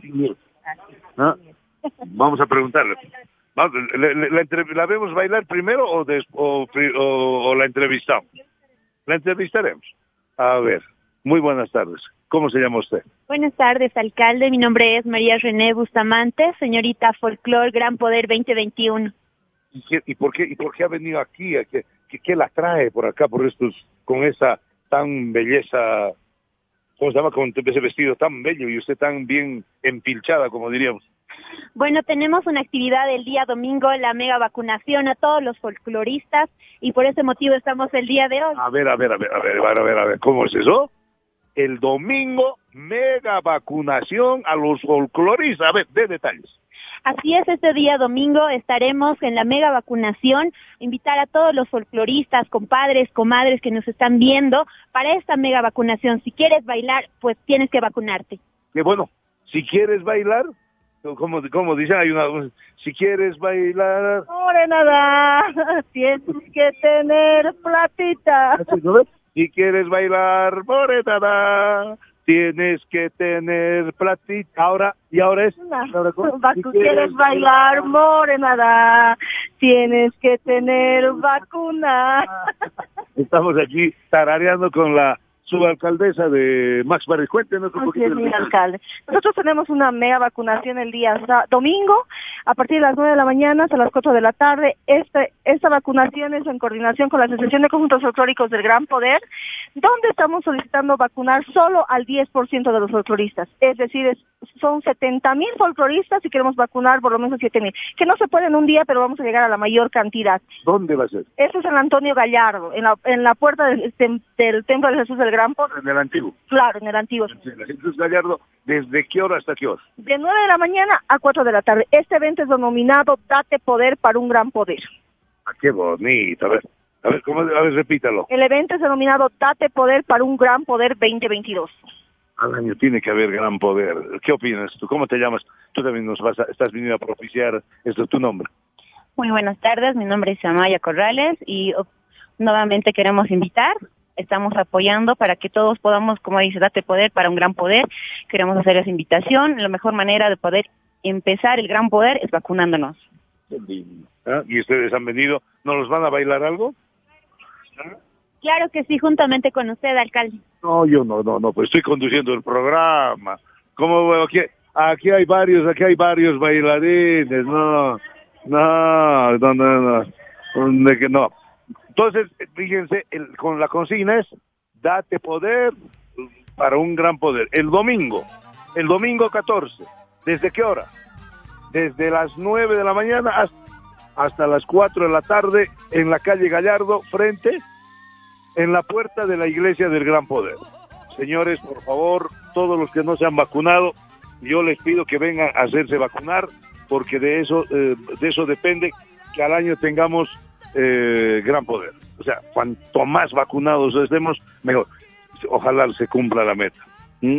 ¿Ah? Vamos a preguntarle. Vamos, ¿le, le, la, ¿La vemos bailar primero o, des, o, o, o la entrevistamos? La entrevistaremos. A ver, muy buenas tardes. ¿Cómo se llama usted? Buenas tardes, alcalde. Mi nombre es María René Bustamante, señorita Folklore Gran Poder veinte veintiuno. ¿Y, qué, y, por qué, ¿Y por qué ha venido aquí? ¿Qué, qué, qué la trae por acá, por estos, con esa tan belleza, ¿cómo se llama? Con ese vestido tan bello y usted tan bien empilchada, como diríamos. Bueno, tenemos una actividad el día domingo, la mega vacunación a todos los folcloristas y por ese motivo estamos el día de hoy. A ver, a ver, a ver, a ver, a ver, a ver, a ver, ¿cómo es eso? El domingo, mega vacunación a los folcloristas. A ver, de detalles. Así es, este día domingo estaremos en la mega vacunación, invitar a todos los folcloristas, compadres, comadres que nos están viendo para esta mega vacunación. Si quieres bailar, pues tienes que vacunarte. Que bueno, si quieres bailar, como, como dicen, hay una, si quieres bailar... Morenada, tienes que tener platita. Si quieres bailar, morenada, tienes que tener platita. Ahora, ¿y ahora es? ¿Ahora si quieres bailar, morenada, tienes que tener vacuna. Estamos aquí tarareando con la subalcaldesa de Max Barrio. Cuéntenos un poquito. Así es, mi alcalde. Nosotros tenemos una mega vacunación el día domingo, a partir de las nueve de la mañana hasta las cuatro de la tarde. Este, esta vacunación es en coordinación con la Asociación de Conjuntos Folclóricos del Gran Poder, donde estamos solicitando vacunar solo al diez por ciento de los folcloristas. Es decir, es, son setenta mil folcloristas y queremos vacunar por lo menos siete mil. Que no se puede en un día, pero vamos a llegar a la mayor cantidad. ¿Dónde va a ser? Esto es en Antonio Gallardo, en la, en la puerta del, del Templo de Jesús del Gran Poder. En el antiguo. Claro, en el antiguo. En la Jesús Gallardo, ¿desde qué hora hasta qué hora? De nueve de la mañana a cuatro de la tarde. Este evento es denominado Date Poder para un Gran Poder. Ah, qué bonito. A ver, a ver, ¿cómo? A ver, repítalo. El evento es denominado Date Poder para un Gran Poder veinte veintidós. Al año tiene que haber gran poder. ¿Qué opinas tú? ¿Cómo te llamas? Tú también nos vas a, estás viniendo a propiciar esto, tu nombre. Muy buenas tardes, mi nombre es Amaya Corrales y oh, nuevamente queremos invitar. Estamos apoyando para que todos podamos, como dice, date poder para un gran poder. Queremos hacer esa invitación. La mejor manera de poder empezar el gran poder es vacunándonos. ¿Ah? ¿Y ustedes han venido? ¿No los van a bailar algo? ¿Ah? Claro que sí, juntamente con usted, alcalde. No, yo no, no, no, pues estoy conduciendo el programa. ¿Cómo veo? Aquí, aquí hay varios, aquí hay varios bailarines. No, no, no, no, no. De que no. Entonces, fíjense, el, con la consigna es, date poder para un gran poder. El domingo, el domingo catorce, ¿desde qué hora? Desde las nueve de la mañana hasta, hasta las cuatro de la tarde en la calle Gallardo, frente, en la puerta de la iglesia del Gran Poder. Señores, por favor, todos los que no se han vacunado, yo les pido que vengan a hacerse vacunar, porque de eso, eh, de eso depende que al año tengamos Eh, gran poder. O sea, cuanto más vacunados estemos, mejor. Ojalá se cumpla la meta. ¿Mm?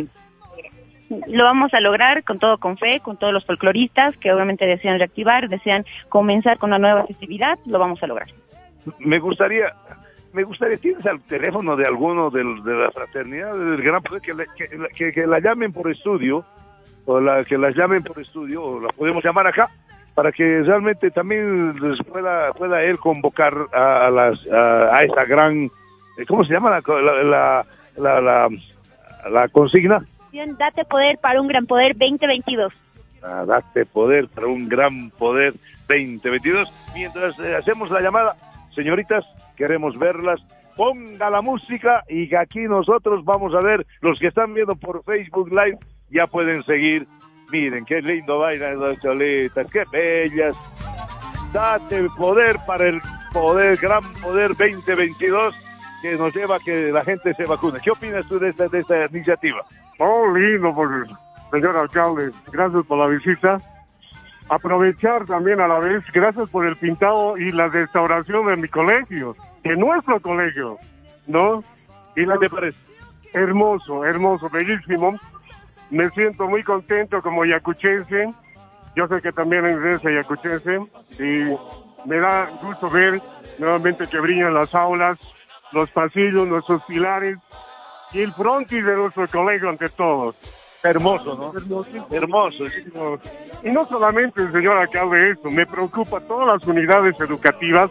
Lo vamos a lograr con todo, con fe, con todos los folcloristas que obviamente desean reactivar, desean comenzar con una nueva festividad, lo vamos a lograr. Me gustaría, me gustaría, ¿tienes el teléfono de alguno del, de la fraternidad del Gran Poder que, le, que, que, que la llamen por estudio, o la que las llamen por estudio, o la podemos llamar acá, para que realmente también les pueda pueda él convocar a, a las a, a esa gran, ¿cómo se llama la la la, la, la consigna? Date poder para un gran poder veinte veintidós. Ah, date poder para un gran poder veinte veintidós. Mientras eh, hacemos la llamada, señoritas, queremos verlas. Ponga la música y aquí nosotros vamos a ver, los que están viendo por Facebook Live ya pueden seguir. Miren, qué lindo bailan las cholitas, qué bellas. Date poder para el poder, gran poder veinte veintidós, que nos lleva a que la gente se vacune. ¿Qué opinas tú de esta, de esta iniciativa? Oh, lindo, pues, señor alcalde. Gracias por la visita. Aprovechar también a la vez, gracias por el pintado y la restauración de mi colegio, de nuestro colegio, ¿no? Y la ¿Qué te parece? Hermoso, hermoso, bellísimo. Me siento muy contento como yacuchense. Yo sé que también es yacuchense y me da gusto ver nuevamente que brillan las aulas, los pasillos, nuestros pilares y el frontis de nuestro colegio ante todos. Hermoso, ¿no? Hermoso. Hermoso. Y no solamente el señor alcalde esto, me preocupa todas las unidades educativas,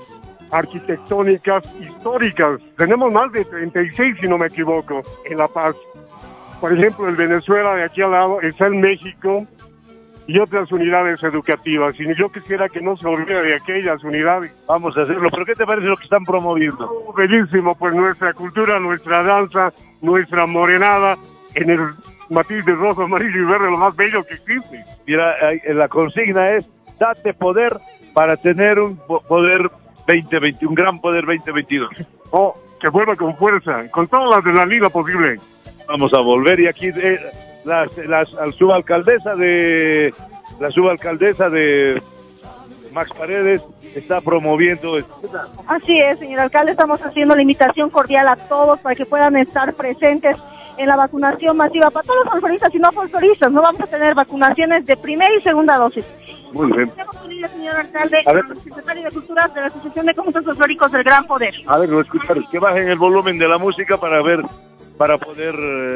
arquitectónicas, históricas. Tenemos más de treinta y seis, si no me equivoco, en La Paz. Por ejemplo, el Venezuela de aquí al lado está en México, y otras unidades educativas. Y yo quisiera que no se olvide de aquellas unidades. Vamos a hacerlo. ¿Pero qué te parece lo que están promoviendo? Oh, bellísimo, pues nuestra cultura, nuestra danza, nuestra morenada, en el matiz de rojo, amarillo y verde, lo más bello que existe. Mira, la consigna es, date poder para tener un poder veinte veinte, un gran poder veinte veintidós. Oh, que vuelva con fuerza, con toda la adrenalina posible. Vamos a volver y aquí eh, la, la, la subalcaldesa de la subalcaldesa de Max Paredes está promoviendo esto. Así es, señor alcalde, estamos haciendo la invitación cordial a todos para que puedan estar presentes en la vacunación masiva para todos los folcloristas y no folcloristas. No vamos a tener vacunaciones de primera y segunda dosis. Muy bien. Tenemos que unir, señor alcalde, al secretario de Cultura de la Asociación de Conjuntos Folclóricos del Gran Poder. A ver, lo escucharon. Que bajen el volumen de la música para ver, para poder,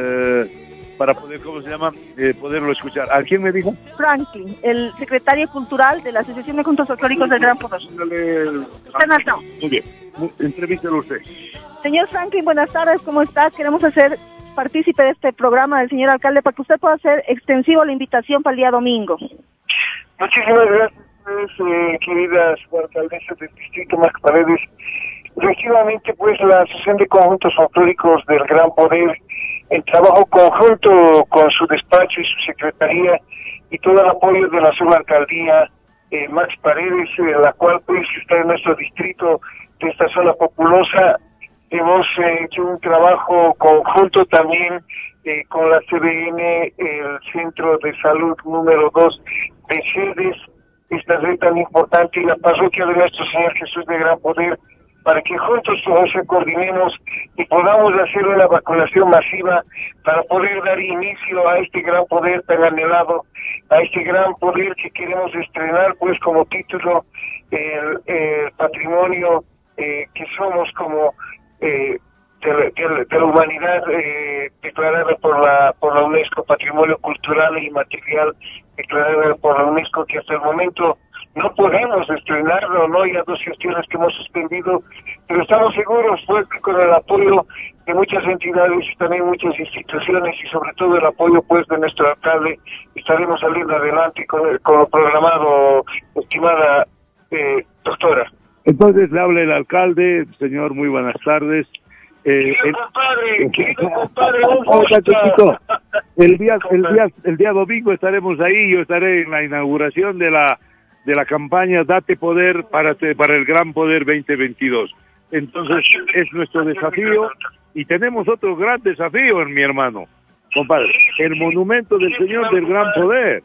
eh, para poder, ¿cómo se llama? Eh, poderlo escuchar. ¿A quién me dijo? Franklin, el secretario cultural de la Asociación de Conjuntos Folclóricos del Gran Poder. Está en altavoz. Muy bien. Entrevístelo usted. Señor Franklin, buenas tardes, ¿cómo está? Queremos hacer partícipe de este programa del señor alcalde para que usted pueda hacer extensivo la invitación para el día domingo. Muchísimas gracias, eh, queridas alcaldesas del distrito Max Paredes. Efectivamente, pues la Asociación de Conjuntos Folclóricos del Gran Poder, en trabajo conjunto con su despacho y su secretaría y todo el apoyo de la subalcaldía eh, Max Paredes, eh, la cual pues está en nuestro distrito de esta zona populosa, hemos eh, hecho un trabajo conjunto también eh, con la C B N, el Centro de Salud número dos de Cedes, esta red tan importante, y la parroquia de nuestro Señor Jesús de Gran Poder, para que juntos todos se coordinemos y podamos hacer una vacunación masiva para poder dar inicio a este gran poder tan anhelado, a este gran poder que queremos estrenar pues como título, el, el patrimonio eh, que somos como eh, de, de, de la humanidad eh, declarada por la por la UNESCO, patrimonio cultural e inmaterial declarada por la UNESCO, que hasta el momento no podemos estrenarlo, no hay dos gestiones que hemos suspendido, pero estamos seguros pues que con el apoyo de muchas entidades y también muchas instituciones y sobre todo el apoyo pues de nuestro alcalde estaremos saliendo adelante con, el, con lo programado, estimada eh, doctora. Entonces le habla el alcalde, señor, muy buenas tardes. Eh, querido el, compadre, querido compadre, un Hola, gusto. el día, el día, el día domingo estaremos ahí, yo estaré en la inauguración de la de la campaña Date Poder para para el Gran Poder veinte veintidós. Entonces es nuestro desafío y tenemos otro gran desafío, mi hermano, compadre, el monumento del Señor del Gran Poder.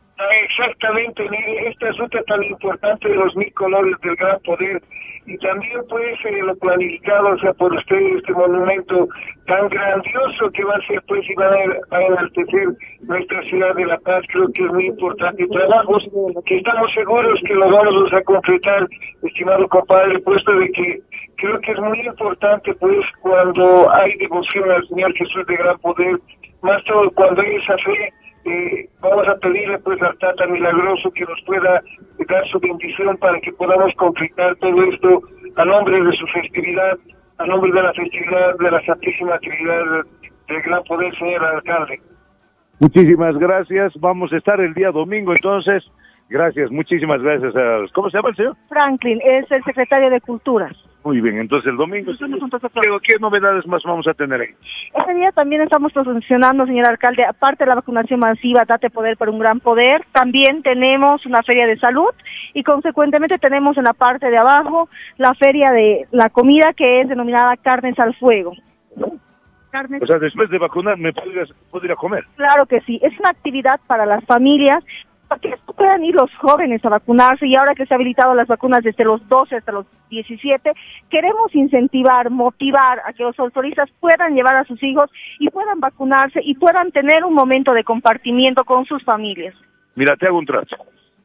Exactamente, mire, esta ruta tan importante de los mil colores del Gran Poder y también pues eh, lo planificado, o sea, por ustedes este monumento tan grandioso que va a ser pues y va a, a enaltecer nuestra ciudad de La Paz, creo que es muy importante. Trabajos que estamos seguros que los vamos a concretar, estimado compadre, puesto de que creo que es muy importante pues cuando hay devoción al Señor Jesús de Gran Poder, más todo cuando hay esa fe. Eh, vamos a pedirle pues al Tata Milagroso que nos pueda dar su bendición para que podamos concretar todo esto a nombre de su festividad, a nombre de la festividad de la Santísima Trinidad del Gran Poder, señor alcalde. Muchísimas gracias, vamos a estar el día domingo entonces. Gracias, muchísimas gracias. A... ¿Cómo se llama el señor? Franklin, es el secretario de Cultura. Muy bien, entonces el domingo, ¿qué, ¿qué novedades más vamos a tener ahí? Este día también estamos promocionando, señor alcalde, aparte de la vacunación masiva, Date Poder para un Gran Poder, también tenemos una feria de salud y consecuentemente tenemos en la parte de abajo la feria de la comida que es denominada Carnes al Fuego. Carnes... O sea, después de vacunar, ¿me podrías, podría comer? Claro que sí, es una actividad para las familias, para que puedan ir los jóvenes a vacunarse y ahora que se han habilitado las vacunas desde los doce hasta los diecisiete, queremos incentivar, motivar a que los autoristas puedan llevar a sus hijos y puedan vacunarse y puedan tener un momento de compartimiento con sus familias. Mira, te hago un trato.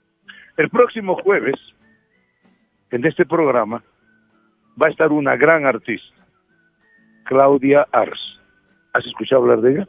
El próximo jueves, en este programa, va a estar una gran artista, Claudia Ars. ¿Has escuchado hablar de ella?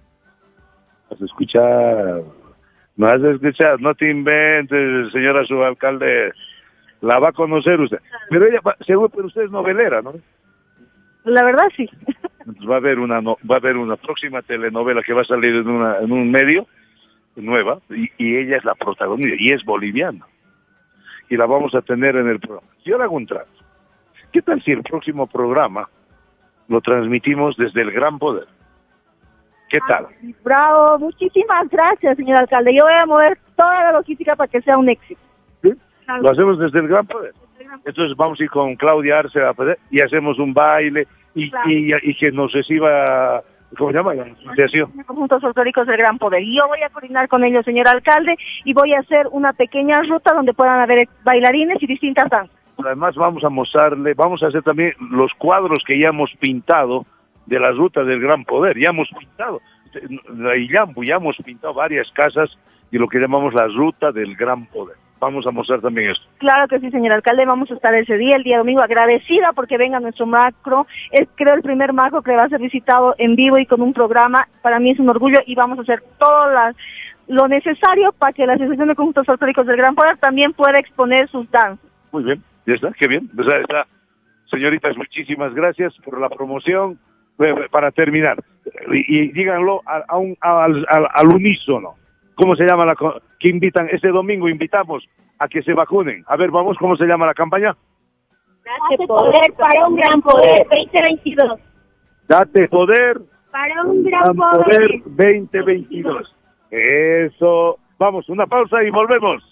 ¿Has escuchado? No has escuchado, no te inventes, señora subalcalde, la va a conocer usted. Pero ella, seguro, pero usted es novelera, ¿no? La verdad sí. Entonces va a haber una no, va a haber una próxima telenovela que va a salir en, una, en un medio, nueva, y, y ella es la protagonista, y es boliviana. Y la vamos a tener en el programa. Yo le hago un trato. ¿Qué tal si el próximo programa lo transmitimos desde el Gran Poder? ¿Qué tal? Bravo, muchísimas gracias, señor alcalde. Yo voy a mover toda la logística para que sea un éxito. ¿Sí? Lo hacemos desde el Gran Poder. Entonces vamos a ir con Claudia Arce a poder, y hacemos un baile y, claro. y, y que nos reciba, ¿cómo se llama? La asociación. Conjuntos folclóricos del Gran Poder. Y yo voy a coordinar con ellos, señor alcalde, y voy a hacer una pequeña ruta donde puedan haber bailarines y distintas danzas. Además vamos a mostrarle, vamos a hacer también los cuadros que ya hemos pintado de la ruta del Gran Poder. Ya hemos pintado, la Illambu, ya hemos pintado varias casas y lo que llamamos la ruta del Gran Poder. Vamos a mostrar también esto. Claro que sí, señor alcalde, vamos a estar ese día, el día domingo, agradecida porque venga nuestro macro. Es creo el primer macro que va a ser visitado en vivo y con un programa. Para mí es un orgullo y vamos a hacer todo la, lo necesario para que la Asociación de Conjuntos Folclóricos del Gran Poder también pueda exponer sus danzas. Muy bien, ya está, qué bien. O sea, está. Señoritas, muchísimas gracias por la promoción. Para terminar, y, y díganlo a, a un, a, al, al, al unísono. ¿Cómo se llama la que invitan? Este domingo invitamos a que se vacunen. A ver, vamos, ¿cómo se llama la campaña? Date poder para un gran poder veinte veintidós. Date poder para un gran poder, poder veinte veintidós. Eso. Vamos, una pausa y volvemos.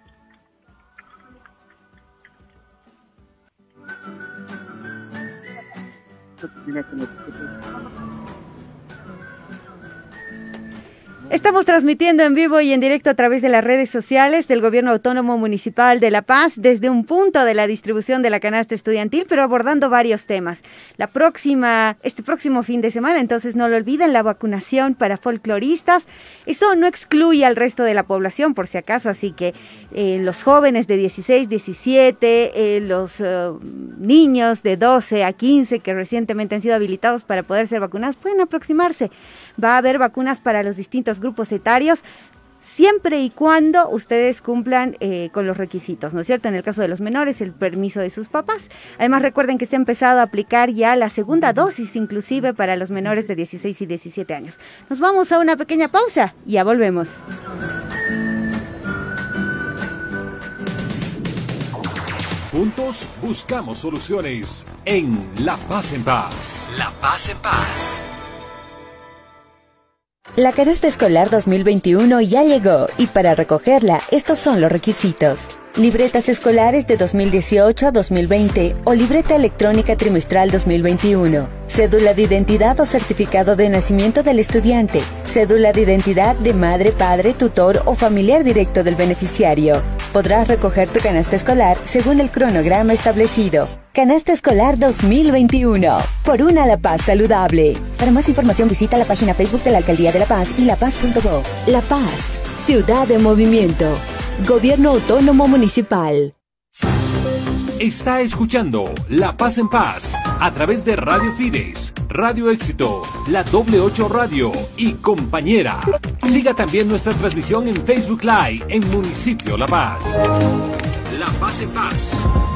Estamos transmitiendo en vivo y en directo a través de las redes sociales del Gobierno Autónomo Municipal de La Paz desde un punto de la distribución de la canasta estudiantil, pero abordando varios temas. La próxima, este próximo fin de semana, entonces no lo olviden, la vacunación para folcloristas. Eso no excluye al resto de la población, por si acaso, así que eh, los jóvenes de dieciséis, diecisiete, eh, los uh, niños de doce a quince que recientemente han sido habilitados para poder ser vacunados, pueden aproximarse. Va a haber vacunas para los distintos grupos etarios, siempre y cuando ustedes cumplan eh, con los requisitos, ¿no es cierto? En el caso de los menores, el permiso de sus papás. Además, recuerden que se ha empezado a aplicar ya la segunda dosis, inclusive para los menores de dieciséis y diecisiete años. Nos vamos a una pequeña pausa y ya volvemos. Juntos buscamos soluciones en La Paz en Paz. La Paz en Paz. La canasta escolar dos mil veintiuno ya llegó y para recogerla estos son los requisitos. Libretas escolares de dos mil dieciocho a dos mil veinte o libreta electrónica trimestral dos mil veintiuno. Cédula de identidad o certificado de nacimiento del estudiante. Cédula de identidad de madre, padre, tutor o familiar directo del beneficiario. Podrás recoger tu canasta escolar según el cronograma establecido. Canasta Escolar dos mil veintiuno. Por una La Paz saludable. Para más información visita la página Facebook de la Alcaldía de La Paz y la paz punto go. La Paz, ciudad de movimiento. Gobierno Autónomo Municipal. Está escuchando La Paz en Paz a través de Radio Fides, Radio Éxito, la doble ocho Radio y Compañera. Siga también nuestra transmisión en Facebook Live en Municipio La Paz. La Paz en Paz.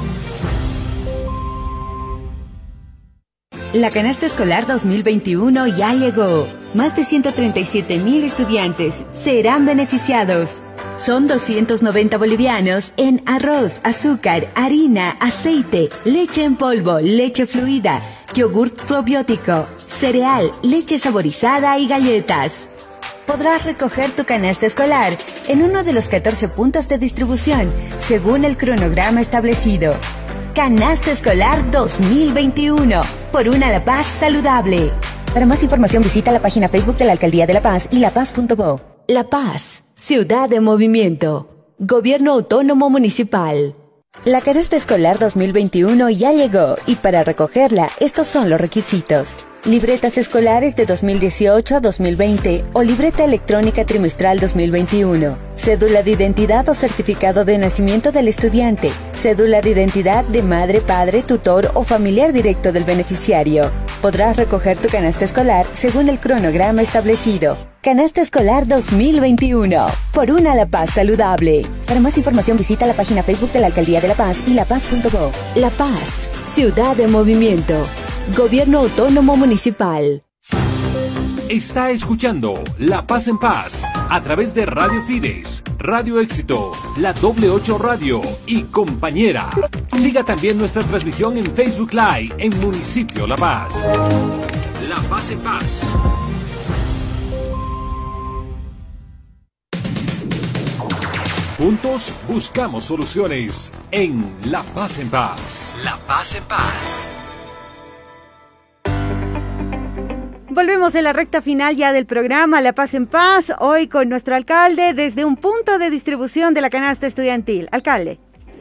La canasta escolar dos mil veintiuno ya llegó. Más de ciento treinta y siete mil estudiantes serán beneficiados. Son doscientos noventa bolivianos en arroz, azúcar, harina, aceite, leche en polvo, leche fluida, yogurt probiótico, cereal, leche saborizada y galletas. Podrás recoger tu canasta escolar en uno de los catorce puntos de distribución, según el cronograma establecido. Canasta Escolar dos mil veintiuno, por una La Paz saludable. Para más información visita la página Facebook de la Alcaldía de La Paz y la paz punto go. La Paz, ciudad de movimiento. Gobierno Autónomo Municipal. La canasta escolar dos mil veintiuno ya llegó y para recogerla estos son los requisitos. Libretas escolares de dos mil dieciocho a dos mil veinte o libreta electrónica trimestral dos mil veintiuno. Cédula de identidad o certificado de nacimiento del estudiante. Cédula de identidad de madre, padre, tutor o familiar directo del beneficiario. Podrás recoger tu canasta escolar según el cronograma establecido. Canasta Escolar dos mil veintiuno. Por una La Paz saludable. Para más información visita la página Facebook de la Alcaldía de La Paz y la paz punto go. La Paz, ciudad de movimiento. Gobierno Autónomo Municipal. Está escuchando La Paz en Paz a través de Radio Fides, Radio Éxito, La Doble Ocho Radio y Compañera. Siga también nuestra transmisión en Facebook Live en Municipio La Paz. La Paz en Paz. Juntos buscamos soluciones en La Paz en Paz. La Paz en Paz. Volvemos en la recta final ya del programa La Paz en Paz, hoy con nuestro alcalde desde un punto de distribución de la canasta estudiantil. Alcalde.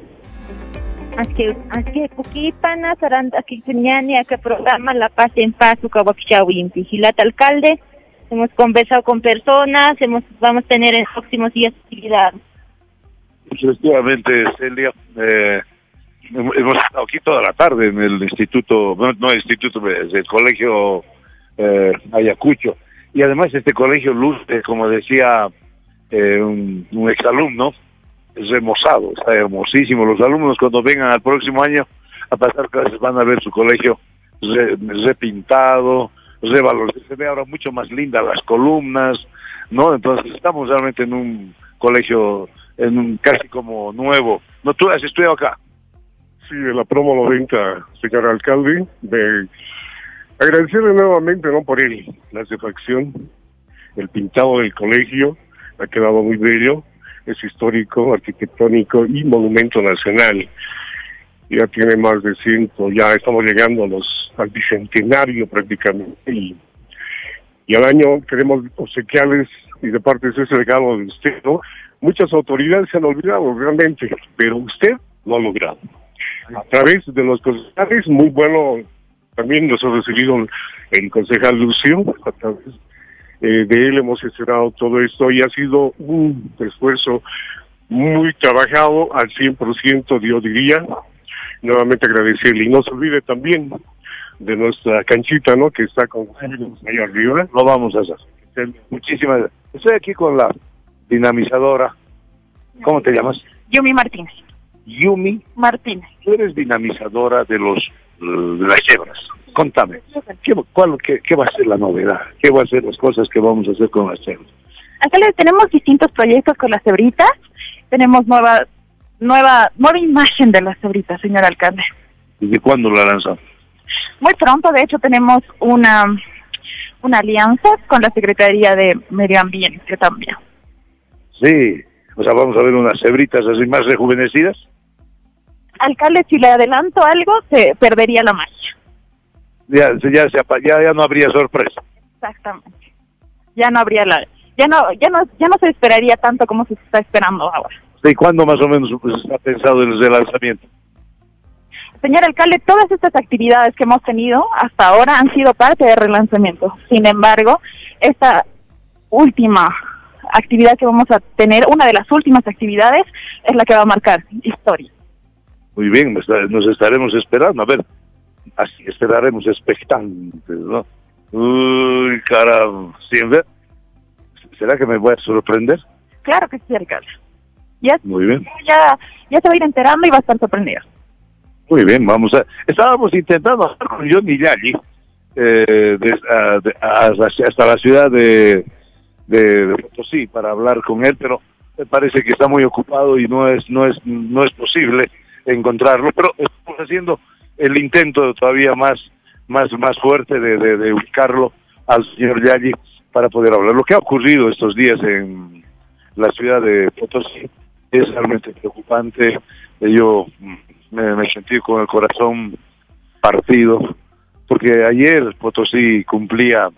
Así que aquí pana saranda aquí señani que programa La Paz en Paz Ucahuaquichawin. Vigilata alcalde, hemos conversado con personas, hemos vamos a tener en próximos días actividades. Efectivamente, Celia, eh, hemos estado aquí toda la tarde en el instituto, no, no el instituto, es el colegio eh, Ayacucho, y además este colegio luce, como decía eh, un, un exalumno, es remozado, está hermosísimo. Los alumnos cuando vengan al próximo año a pasar clases van a ver su colegio re, repintado, revalorizado, se ve ahora mucho más linda las columnas, ¿no? Entonces estamos realmente en un colegio en un casi como nuevo. ¿No tú has estudiado acá? Sí, de la promo noventa, señor alcalde. De agradecerle nuevamente, ¿no?, por el, la satisfacción, el pintado del colegio, ha quedado muy bello, es histórico, arquitectónico y monumento nacional. Ya tiene más de ciento, ya estamos llegando a los, al bicentenario prácticamente, y, y al año queremos obsequiarles, y de parte de ese legado de usted, ¿no? Muchas autoridades se han olvidado realmente, pero usted lo ha logrado. A través de los concejales, muy bueno, también nos ha recibido el, el concejal Lucio, a través eh, de él hemos gestionado todo esto y ha sido un esfuerzo muy trabajado al cien por ciento, yo diría. Nuevamente agradecerle, y no se olvide también de nuestra canchita, ¿no?, que está con ahí arriba. Lo vamos a hacer. Muchísimas gracias. Estoy aquí con la dinamizadora. ¿Cómo te llamas? Yumi Martínez. Yumi Martínez. Tú eres dinamizadora de los de las cebras. Contame, ¿qué, cuál, qué, ¿qué va a ser la novedad? ¿Qué va a ser las cosas que vamos a hacer con las cebras? Acá tenemos distintos proyectos con las cebritas. Tenemos nueva nueva nueva imagen de las cebritas, señor alcalde. ¿Desde cuándo la lanzamos? Muy pronto, de hecho, tenemos una una alianza con la Secretaría de Medio Ambiente también. Sí, o sea, vamos a ver unas cebritas así más rejuvenecidas. Alcalde, si le adelanto algo, se perdería la magia. Ya, ya, ya, ya no habría sorpresa. Exactamente. Ya no habría la, ya no, ya no, ya no se esperaría tanto como se está esperando ahora. ¿Y cuándo más o menos está pensado el lanzamiento? Señor alcalde, todas estas actividades que hemos tenido hasta ahora han sido parte del relanzamiento. Sin embargo, esta última actividad que vamos a tener, una de las últimas actividades, es la que va a marcar historia. Muy bien, nos estaremos esperando, a ver, así esperaremos expectantes, ¿no? Uy, caramba, ¿siempre? ¿Será que me voy a sorprender? Claro que sí, alcalde. Ya, muy bien. Ya, ya se va a ir enterando y va a estar sorprendido. Muy bien, vamos a... Estábamos intentando hablar con Johnny Yali, eh, de, a, de, a, hasta la ciudad de, de, de Potosí para hablar con él, pero me parece que está muy ocupado y no es no es no es posible encontrarlo, pero estamos haciendo el intento todavía más más más fuerte de, de, de ubicarlo al señor Yali para poder hablar. Lo que ha ocurrido estos días en la ciudad de Potosí es realmente preocupante. Yo me, me sentí con el corazón partido, porque ayer Potosí cumplía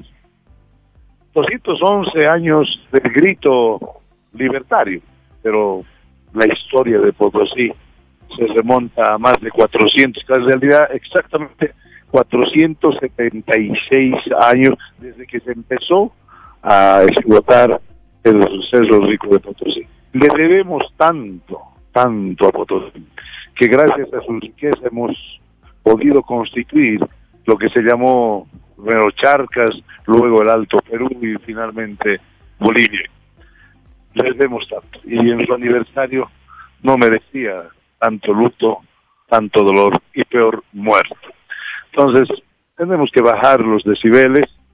doscientos once años del grito libertario, pero la historia de Potosí se remonta a más de cuatrocientos, en realidad exactamente cuatrocientos setenta y seis años desde que se empezó a explotar el Cerro Rico de Potosí. Le debemos tanto, tanto a Potosí, que gracias a su riqueza hemos podido constituir lo que se llamó primero Charcas, luego el Alto Perú y finalmente Bolivia. Les debemos tanto. Y en su aniversario no merecía tanto luto, tanto dolor y peor muerte. Entonces, tenemos que bajar los decibeles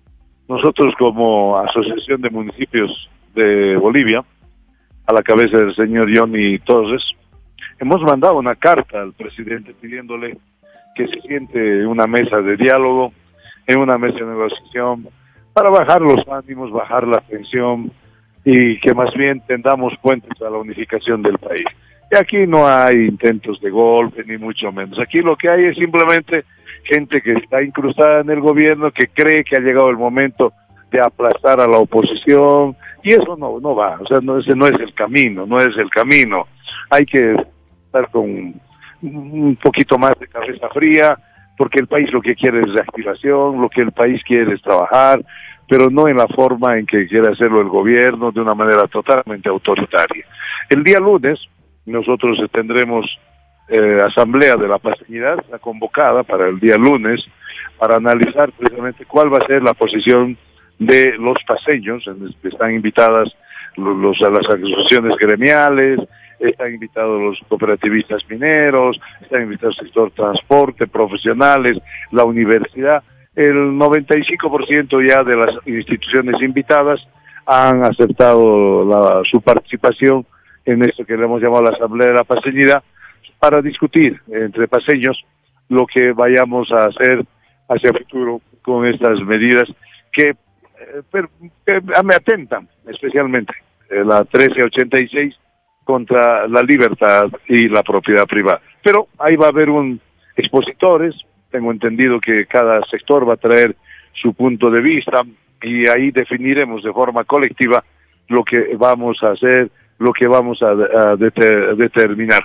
nosotros como Asociación de Municipios de Bolivia, a la cabeza del señor Johnny Torres, hemos mandado una carta al presidente pidiéndole que se siente en una mesa de diálogo, en una mesa de negociación, para bajar los ánimos, bajar la tensión y que más bien tendamos puentes a la unificación del país. Y aquí no hay intentos de golpe, ni mucho menos. Aquí lo que hay es simplemente gente que está incrustada en el gobierno, que cree que ha llegado el momento de aplastar a la oposición, y eso no no va, o sea, no, ese no es el camino, no es el camino. Hay que estar con un poquito más de cabeza fría, porque el país lo que quiere es reactivación, lo que el país quiere es trabajar, pero no en la forma en que quiere hacerlo el gobierno, de una manera totalmente autoritaria. El día lunes nosotros tendremos eh, asamblea de la paseñidad, la convocada para el día lunes, para analizar precisamente cuál va a ser la posición de los paseños. Están invitadas los, los, a las asociaciones gremiales, están invitados los cooperativistas mineros, están invitados el sector transporte, profesionales, la universidad. El noventa y cinco por ciento ya de las instituciones invitadas han aceptado la, su participación en esto que le hemos llamado la Asamblea de la Paseñidad, para discutir entre paseños lo que vayamos a hacer hacia el futuro con estas medidas que, eh, per, que me atentan especialmente, eh, la trece ochenta y seis contra la libertad y la propiedad privada. Pero ahí va a haber un expositores, tengo entendido que cada sector va a traer su punto de vista y ahí definiremos de forma colectiva lo que vamos a hacer, lo que vamos a, a deter, determinar.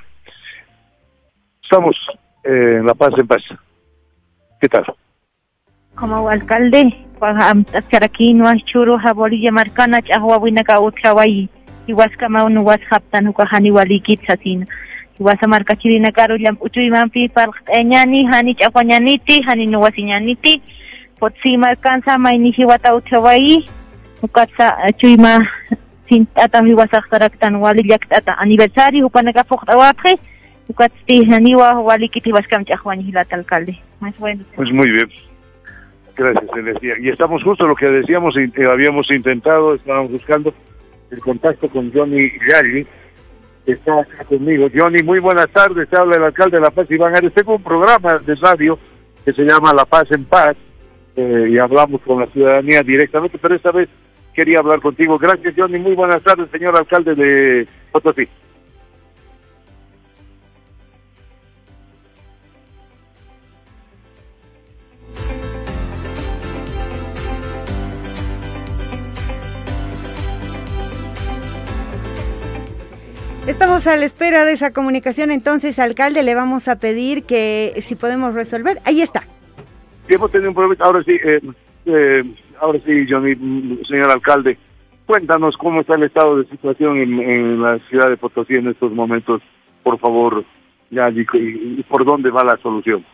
Estamos eh, en La Paz en Paz. ¿Qué tal? Como alcalde, aquí no hay churro, Bolivia marcana, chahuahuina cautrawai, iguascama un huashaptan, ucahani walikitsatin. Iguasa marca chirina caro, yam uchuimanpi, parñani, hani chahuañaniti, hani nuwasiñaniti, potsi marcanza, mainihi watautrawai, ucatsa chuima. Atam hiwasaqtaraktan wali llaktata aniversario upanaka fuqtawapje ukatsti haniwa wali kiti waskamchaqwani hilata alcalde. Más bueno. Pues muy bien. Gracias, Celestia. Y estamos justo lo que decíamos, eh, habíamos intentado, estábamos buscando el contacto con Johnny Galli, que está acá conmigo. Johnny, muy buenas tardes, te habla el alcalde de La Paz, Iván Ares. Tengo un programa de radio que se llama La Paz en Paz, eh, y hablamos con la ciudadanía directamente, pero esta vez quería hablar contigo. Gracias, Johnny. Muy buenas tardes, señor alcalde de Potosí. Estamos a la espera de esa comunicación, entonces, alcalde, le vamos a pedir que si podemos resolver. Ahí está. Hemos tenido un problema, ahora sí, eh, eh, ahora sí, Johnny, señor alcalde, cuéntanos cómo está el estado de situación en, en la ciudad de Potosí en estos momentos, por favor, ya, y, y por dónde va la solución.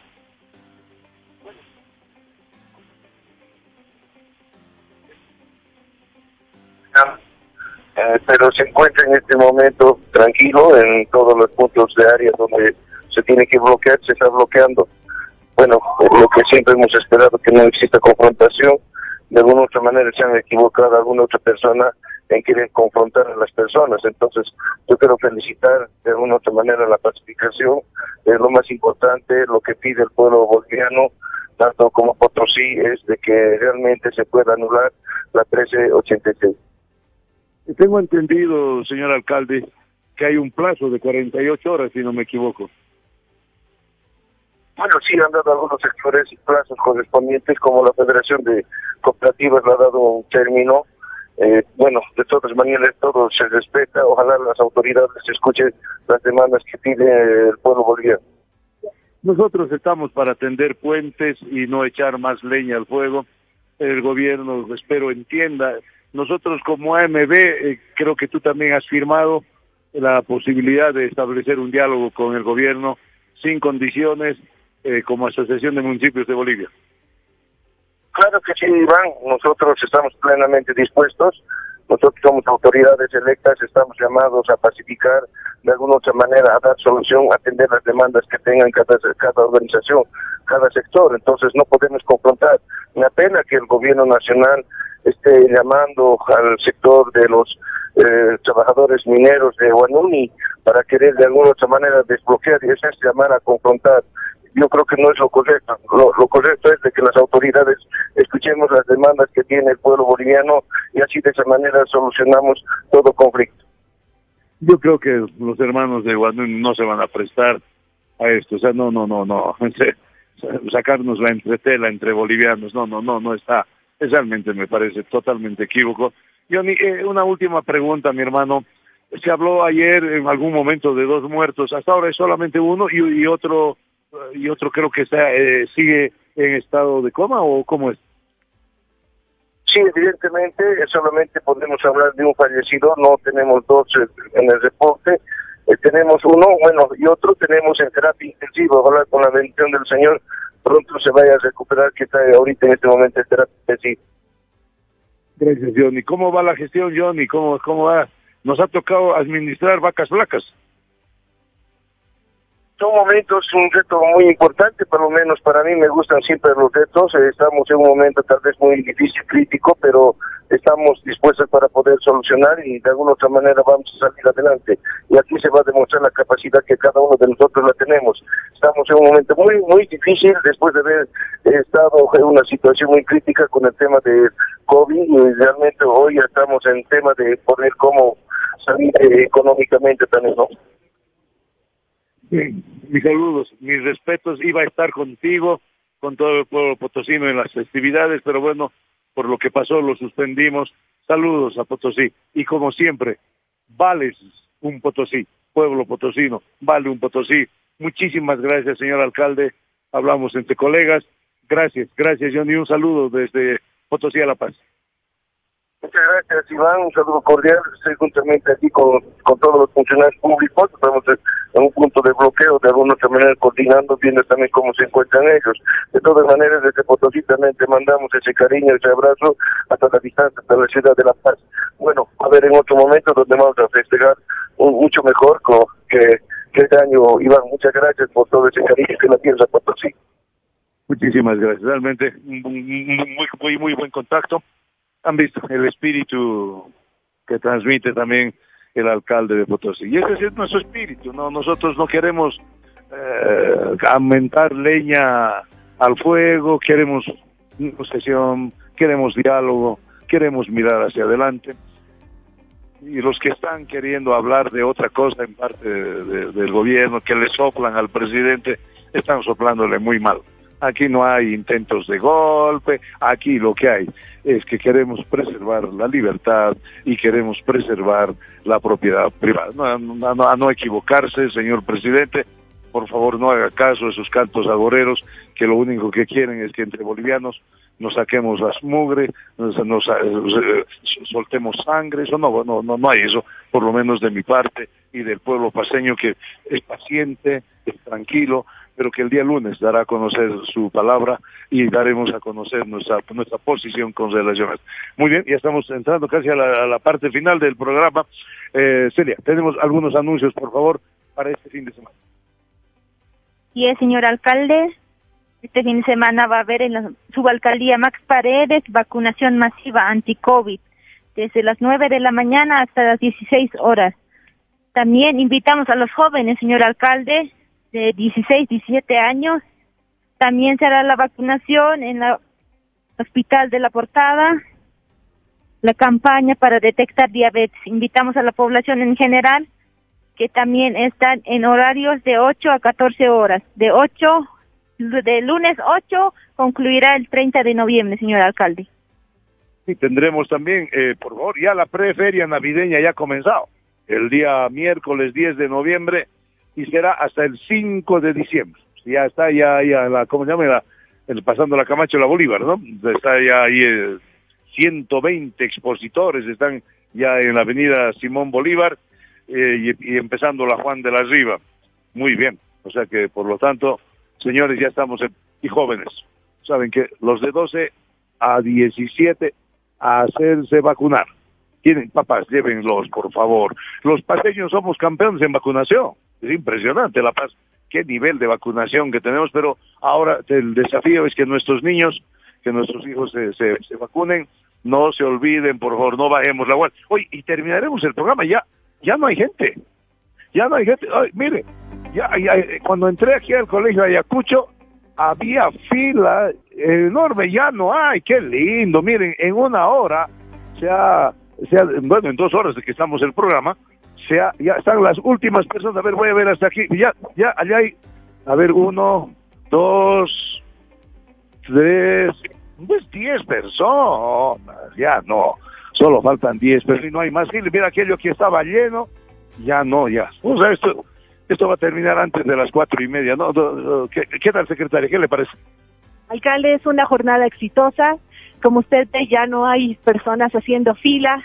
Eh, pero se encuentra en este momento tranquilo en todos los puntos de área donde se tiene que bloquear, se está bloqueando. Bueno, lo que siempre hemos esperado, que no exista confrontación. De alguna otra manera se han equivocado alguna otra persona en querer confrontar a las personas. Entonces, yo quiero felicitar de alguna otra manera la pacificación. Es lo más importante, lo que pide el pueblo boliviano, tanto como Potosí, es de que realmente se pueda anular la trece ochenta y seis. Tengo entendido, señor alcalde, que hay un plazo de cuarenta y ocho horas, si no me equivoco. Bueno, sí, han dado algunos sectores y plazos correspondientes, como la Federación de Cooperativas le ha dado un término. Eh, bueno, de todas maneras, todo se respeta. Ojalá las autoridades escuchen las demandas que pide el pueblo boliviano. Nosotros estamos para tender puentes y no echar más leña al fuego. El gobierno, espero, entienda. Nosotros como A M B, eh, creo que tú también has firmado la posibilidad de establecer un diálogo con el gobierno sin condiciones, eh, como Asociación de Municipios de Bolivia. Claro que sí, Iván, nosotros estamos plenamente dispuestos. nosotros somos autoridades electas, estamos llamados a pacificar, de alguna otra manera a dar solución, a atender las demandas que tengan cada, cada organización, cada sector. Entonces no podemos confrontar. Me apena que el gobierno nacional esté llamando al sector de los eh, trabajadores mineros de Huanuni para querer de alguna otra manera desbloquear, y eso es llamar a confrontar. Yo creo que no es lo correcto. Lo, lo correcto es de que las autoridades escuchemos las demandas que tiene el pueblo boliviano y así de esa manera solucionamos todo conflicto. Yo creo que los hermanos de Huanuni no se van a prestar a esto, o sea, no, no, no, no, sacarnos la entretela entre bolivianos, no, no, no, no está, realmente me parece totalmente equívoco. Johnny, eh, una última pregunta, mi hermano. Se habló ayer en algún momento de dos muertos, hasta ahora es solamente uno y, y otro y otro creo que está eh, sigue en estado de coma, ¿o cómo es? Sí, evidentemente solamente podemos hablar de un fallecido, no tenemos dos en el reporte, eh, tenemos uno, bueno, y otro tenemos en terapia intensiva. Ojalá con la bendición del Señor pronto se vaya a recuperar, que está ahorita en este momento en terapia intensiva. Gracias, Johnny. ¿Cómo va la gestión, Johnny? ¿Cómo, cómo va? Nos ha tocado administrar vacas flacas. Son momentos, un reto muy importante, por lo menos para mí me gustan siempre los retos. Estamos en un momento tal vez muy difícil, crítico, pero estamos dispuestos para poder solucionar y de alguna otra manera vamos a salir adelante. Y aquí se va a demostrar la capacidad que cada uno de nosotros la tenemos. Estamos en un momento muy, muy difícil después de haber estado en una situación muy crítica con el tema de COVID, y realmente hoy estamos en el tema de poder cómo salir eh, económicamente también, ¿no? Bien, mis saludos, mis respetos. Iba a estar contigo, con todo el pueblo potosino en las festividades, pero bueno, por lo que pasó lo suspendimos. Saludos a Potosí. Y como siempre, vales un Potosí, pueblo potosino, vale un Potosí. Muchísimas gracias, señor alcalde. Hablamos entre colegas. Gracias, gracias, Johnny. Un saludo desde Potosí a La Paz. Muchas gracias, Iván. Un saludo cordial. Estoy juntamente aquí con, con todos los funcionarios públicos. Estamos en un punto de bloqueo, de alguna otra manera coordinando, viendo también cómo se encuentran ellos. De todas maneras, desde Potosí también te mandamos ese cariño, ese abrazo hasta la distancia, hasta la ciudad de La Paz. Bueno, a ver en otro momento donde vamos a festejar un, mucho mejor con, que, que este año. Iván, muchas gracias por todo ese cariño que la tienes a Potosí. Muchísimas gracias. Realmente muy, muy, muy, muy buen contacto. Han visto el espíritu que transmite también el alcalde de Potosí. Y ese es nuestro espíritu, ¿no? Nosotros no queremos eh, aumentar leña al fuego, queremos negociación, queremos diálogo, queremos mirar hacia adelante. Y los que están queriendo hablar de otra cosa en parte de, de, del gobierno, que le soplan al presidente, están soplándole muy mal. Aquí no hay intentos de golpe, aquí lo que hay es que queremos preservar la libertad y queremos preservar la propiedad privada. No, no, no, a no equivocarse, señor presidente, por favor no haga caso a esos cantos agoreros que lo único que quieren es que entre bolivianos nos saquemos las mugre, nos, nos eh, soltemos sangre. Eso no, no, no, no hay eso, por lo menos de mi parte y del pueblo paseño, que es paciente, es tranquilo, pero que el día lunes dará a conocer su palabra y daremos a conocer nuestra nuestra posición con relación a esto. Muy bien, ya estamos entrando casi a la, a la parte final del programa. Eh, Celia, tenemos algunos anuncios, por favor, para este fin de semana. Sí, señor alcalde, este fin de semana va a haber en la subalcaldía Max Paredes vacunación masiva anti-COVID, desde las nueve de la mañana hasta las dieciséis horas. También invitamos a los jóvenes, señor alcalde, de dieciséis, diecisiete años. También se hará la vacunación en el Hospital de la Portada, la campaña para detectar diabetes. Invitamos a la población en general, que también están en horarios de ocho a catorce horas. De ocho, de lunes ocho, concluirá el treinta de noviembre, señor alcalde. Y tendremos también, eh, por favor, ya la preferia navideña ya ha comenzado. El día miércoles diez de noviembre y será hasta el cinco de diciembre. Ya está, ya, ya, la, ¿cómo se llama? La, el, pasando la Camacho la Bolívar, ¿no? Está ya ahí eh, ciento veinte expositores, están ya en la avenida Simón Bolívar eh, y, y empezando la Juan de la Riva. Muy bien, o sea que, por lo tanto, señores, ya estamos, en, y jóvenes, saben que los de doce a diecisiete a hacerse vacunar. Tienen, papás, llévenlos, por favor. Los paseños somos campeones en vacunación. Es impresionante La Paz, qué nivel de vacunación que tenemos, pero ahora el desafío es que nuestros niños, que nuestros hijos se, se, se vacunen, no se olviden, por favor, no bajemos la guardia. Oye, y terminaremos el programa, ya, ya no hay gente, ya no hay gente. Ay, mire, ya, ya, cuando entré aquí al colegio Ayacucho, había fila enorme, ya no hay, qué lindo, miren, en una hora, se ha, se ha, bueno, en dos horas de que estamos en el programa, se ha, ya están las últimas personas, a ver, voy a ver hasta aquí, ya, ya, allá hay, a ver, uno, dos, tres, pues diez personas, ya no, solo faltan diez, pero si no hay más fila, mira aquello que estaba lleno, ya no, ya, o sea, esto... Esto va a terminar antes de las cuatro y media, ¿no? ¿Qué, qué tal, secretaria? ¿Qué le parece? Alcalde, es una jornada exitosa. Como usted ve, ya no hay personas haciendo fila.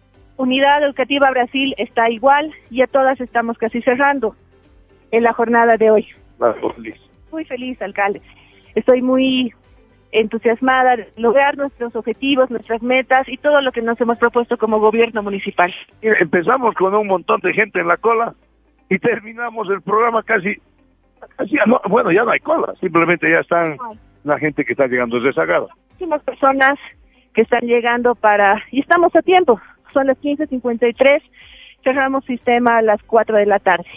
Unidad Educativa Brasil está igual. Ya todas estamos casi cerrando en la jornada de hoy. Muy feliz. Muy feliz, alcalde. Estoy muy entusiasmada de lograr nuestros objetivos, nuestras metas y todo lo que nos hemos propuesto como gobierno municipal. Empezamos con un montón de gente en la cola y terminamos el programa casi, casi no, bueno, ya no hay cola, simplemente ya están la gente que está llegando rezagada. Muchísimas personas que están llegando para, y estamos a tiempo, son las quince cincuenta y tres, cerramos sistema a las cuatro de la tarde.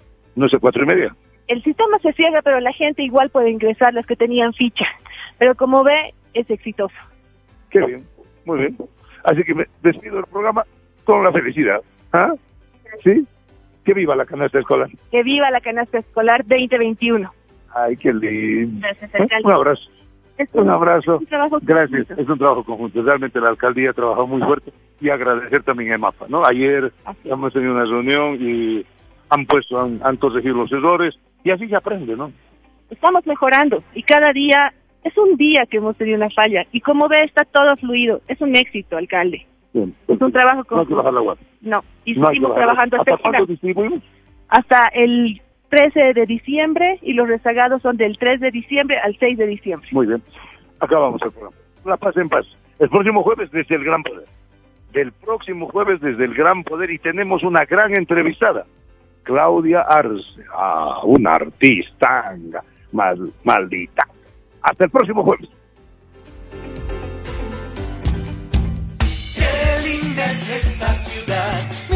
No sé, cuatro y media. El sistema se cierra, pero la gente igual puede ingresar, las que tenían ficha, pero como ve, es exitoso. Qué bien, muy bien. Así que me despido del programa con la felicidad. ¿Ah? ¿Sí? Que viva la canasta escolar. Que viva la canasta escolar veinte veintiuno. Ay, qué lindo. Gracias, alcalde. Un abrazo. Es un, un abrazo. Un trabajo Gracias. Conjunto. Es un trabajo conjunto. Realmente la alcaldía trabajó muy fuerte y agradecer también a EMAPA, ¿no? Ayer así hemos tenido una reunión y han puesto, han, han corregido los errores y así se aprende, ¿no? Estamos mejorando y cada día es un día que hemos tenido una falla y como ve está todo fluido. Es un éxito, alcalde. Bien, es un trabajo conjunto. No hay que bajar la guardia. No, y no seguimos trabajando hasta, ¿hasta cuándo distribuimos? Hasta el trece de diciembre y los rezagados son del tres de diciembre al seis de diciembre. Muy bien, acabamos el programa. La Paz en Paz. El próximo jueves desde el Gran Poder. Del próximo jueves desde el Gran Poder y tenemos una gran entrevistada. Claudia Arce, ah, una artista mal, maldita. Hasta el próximo jueves. Qué linda es esta ciudad.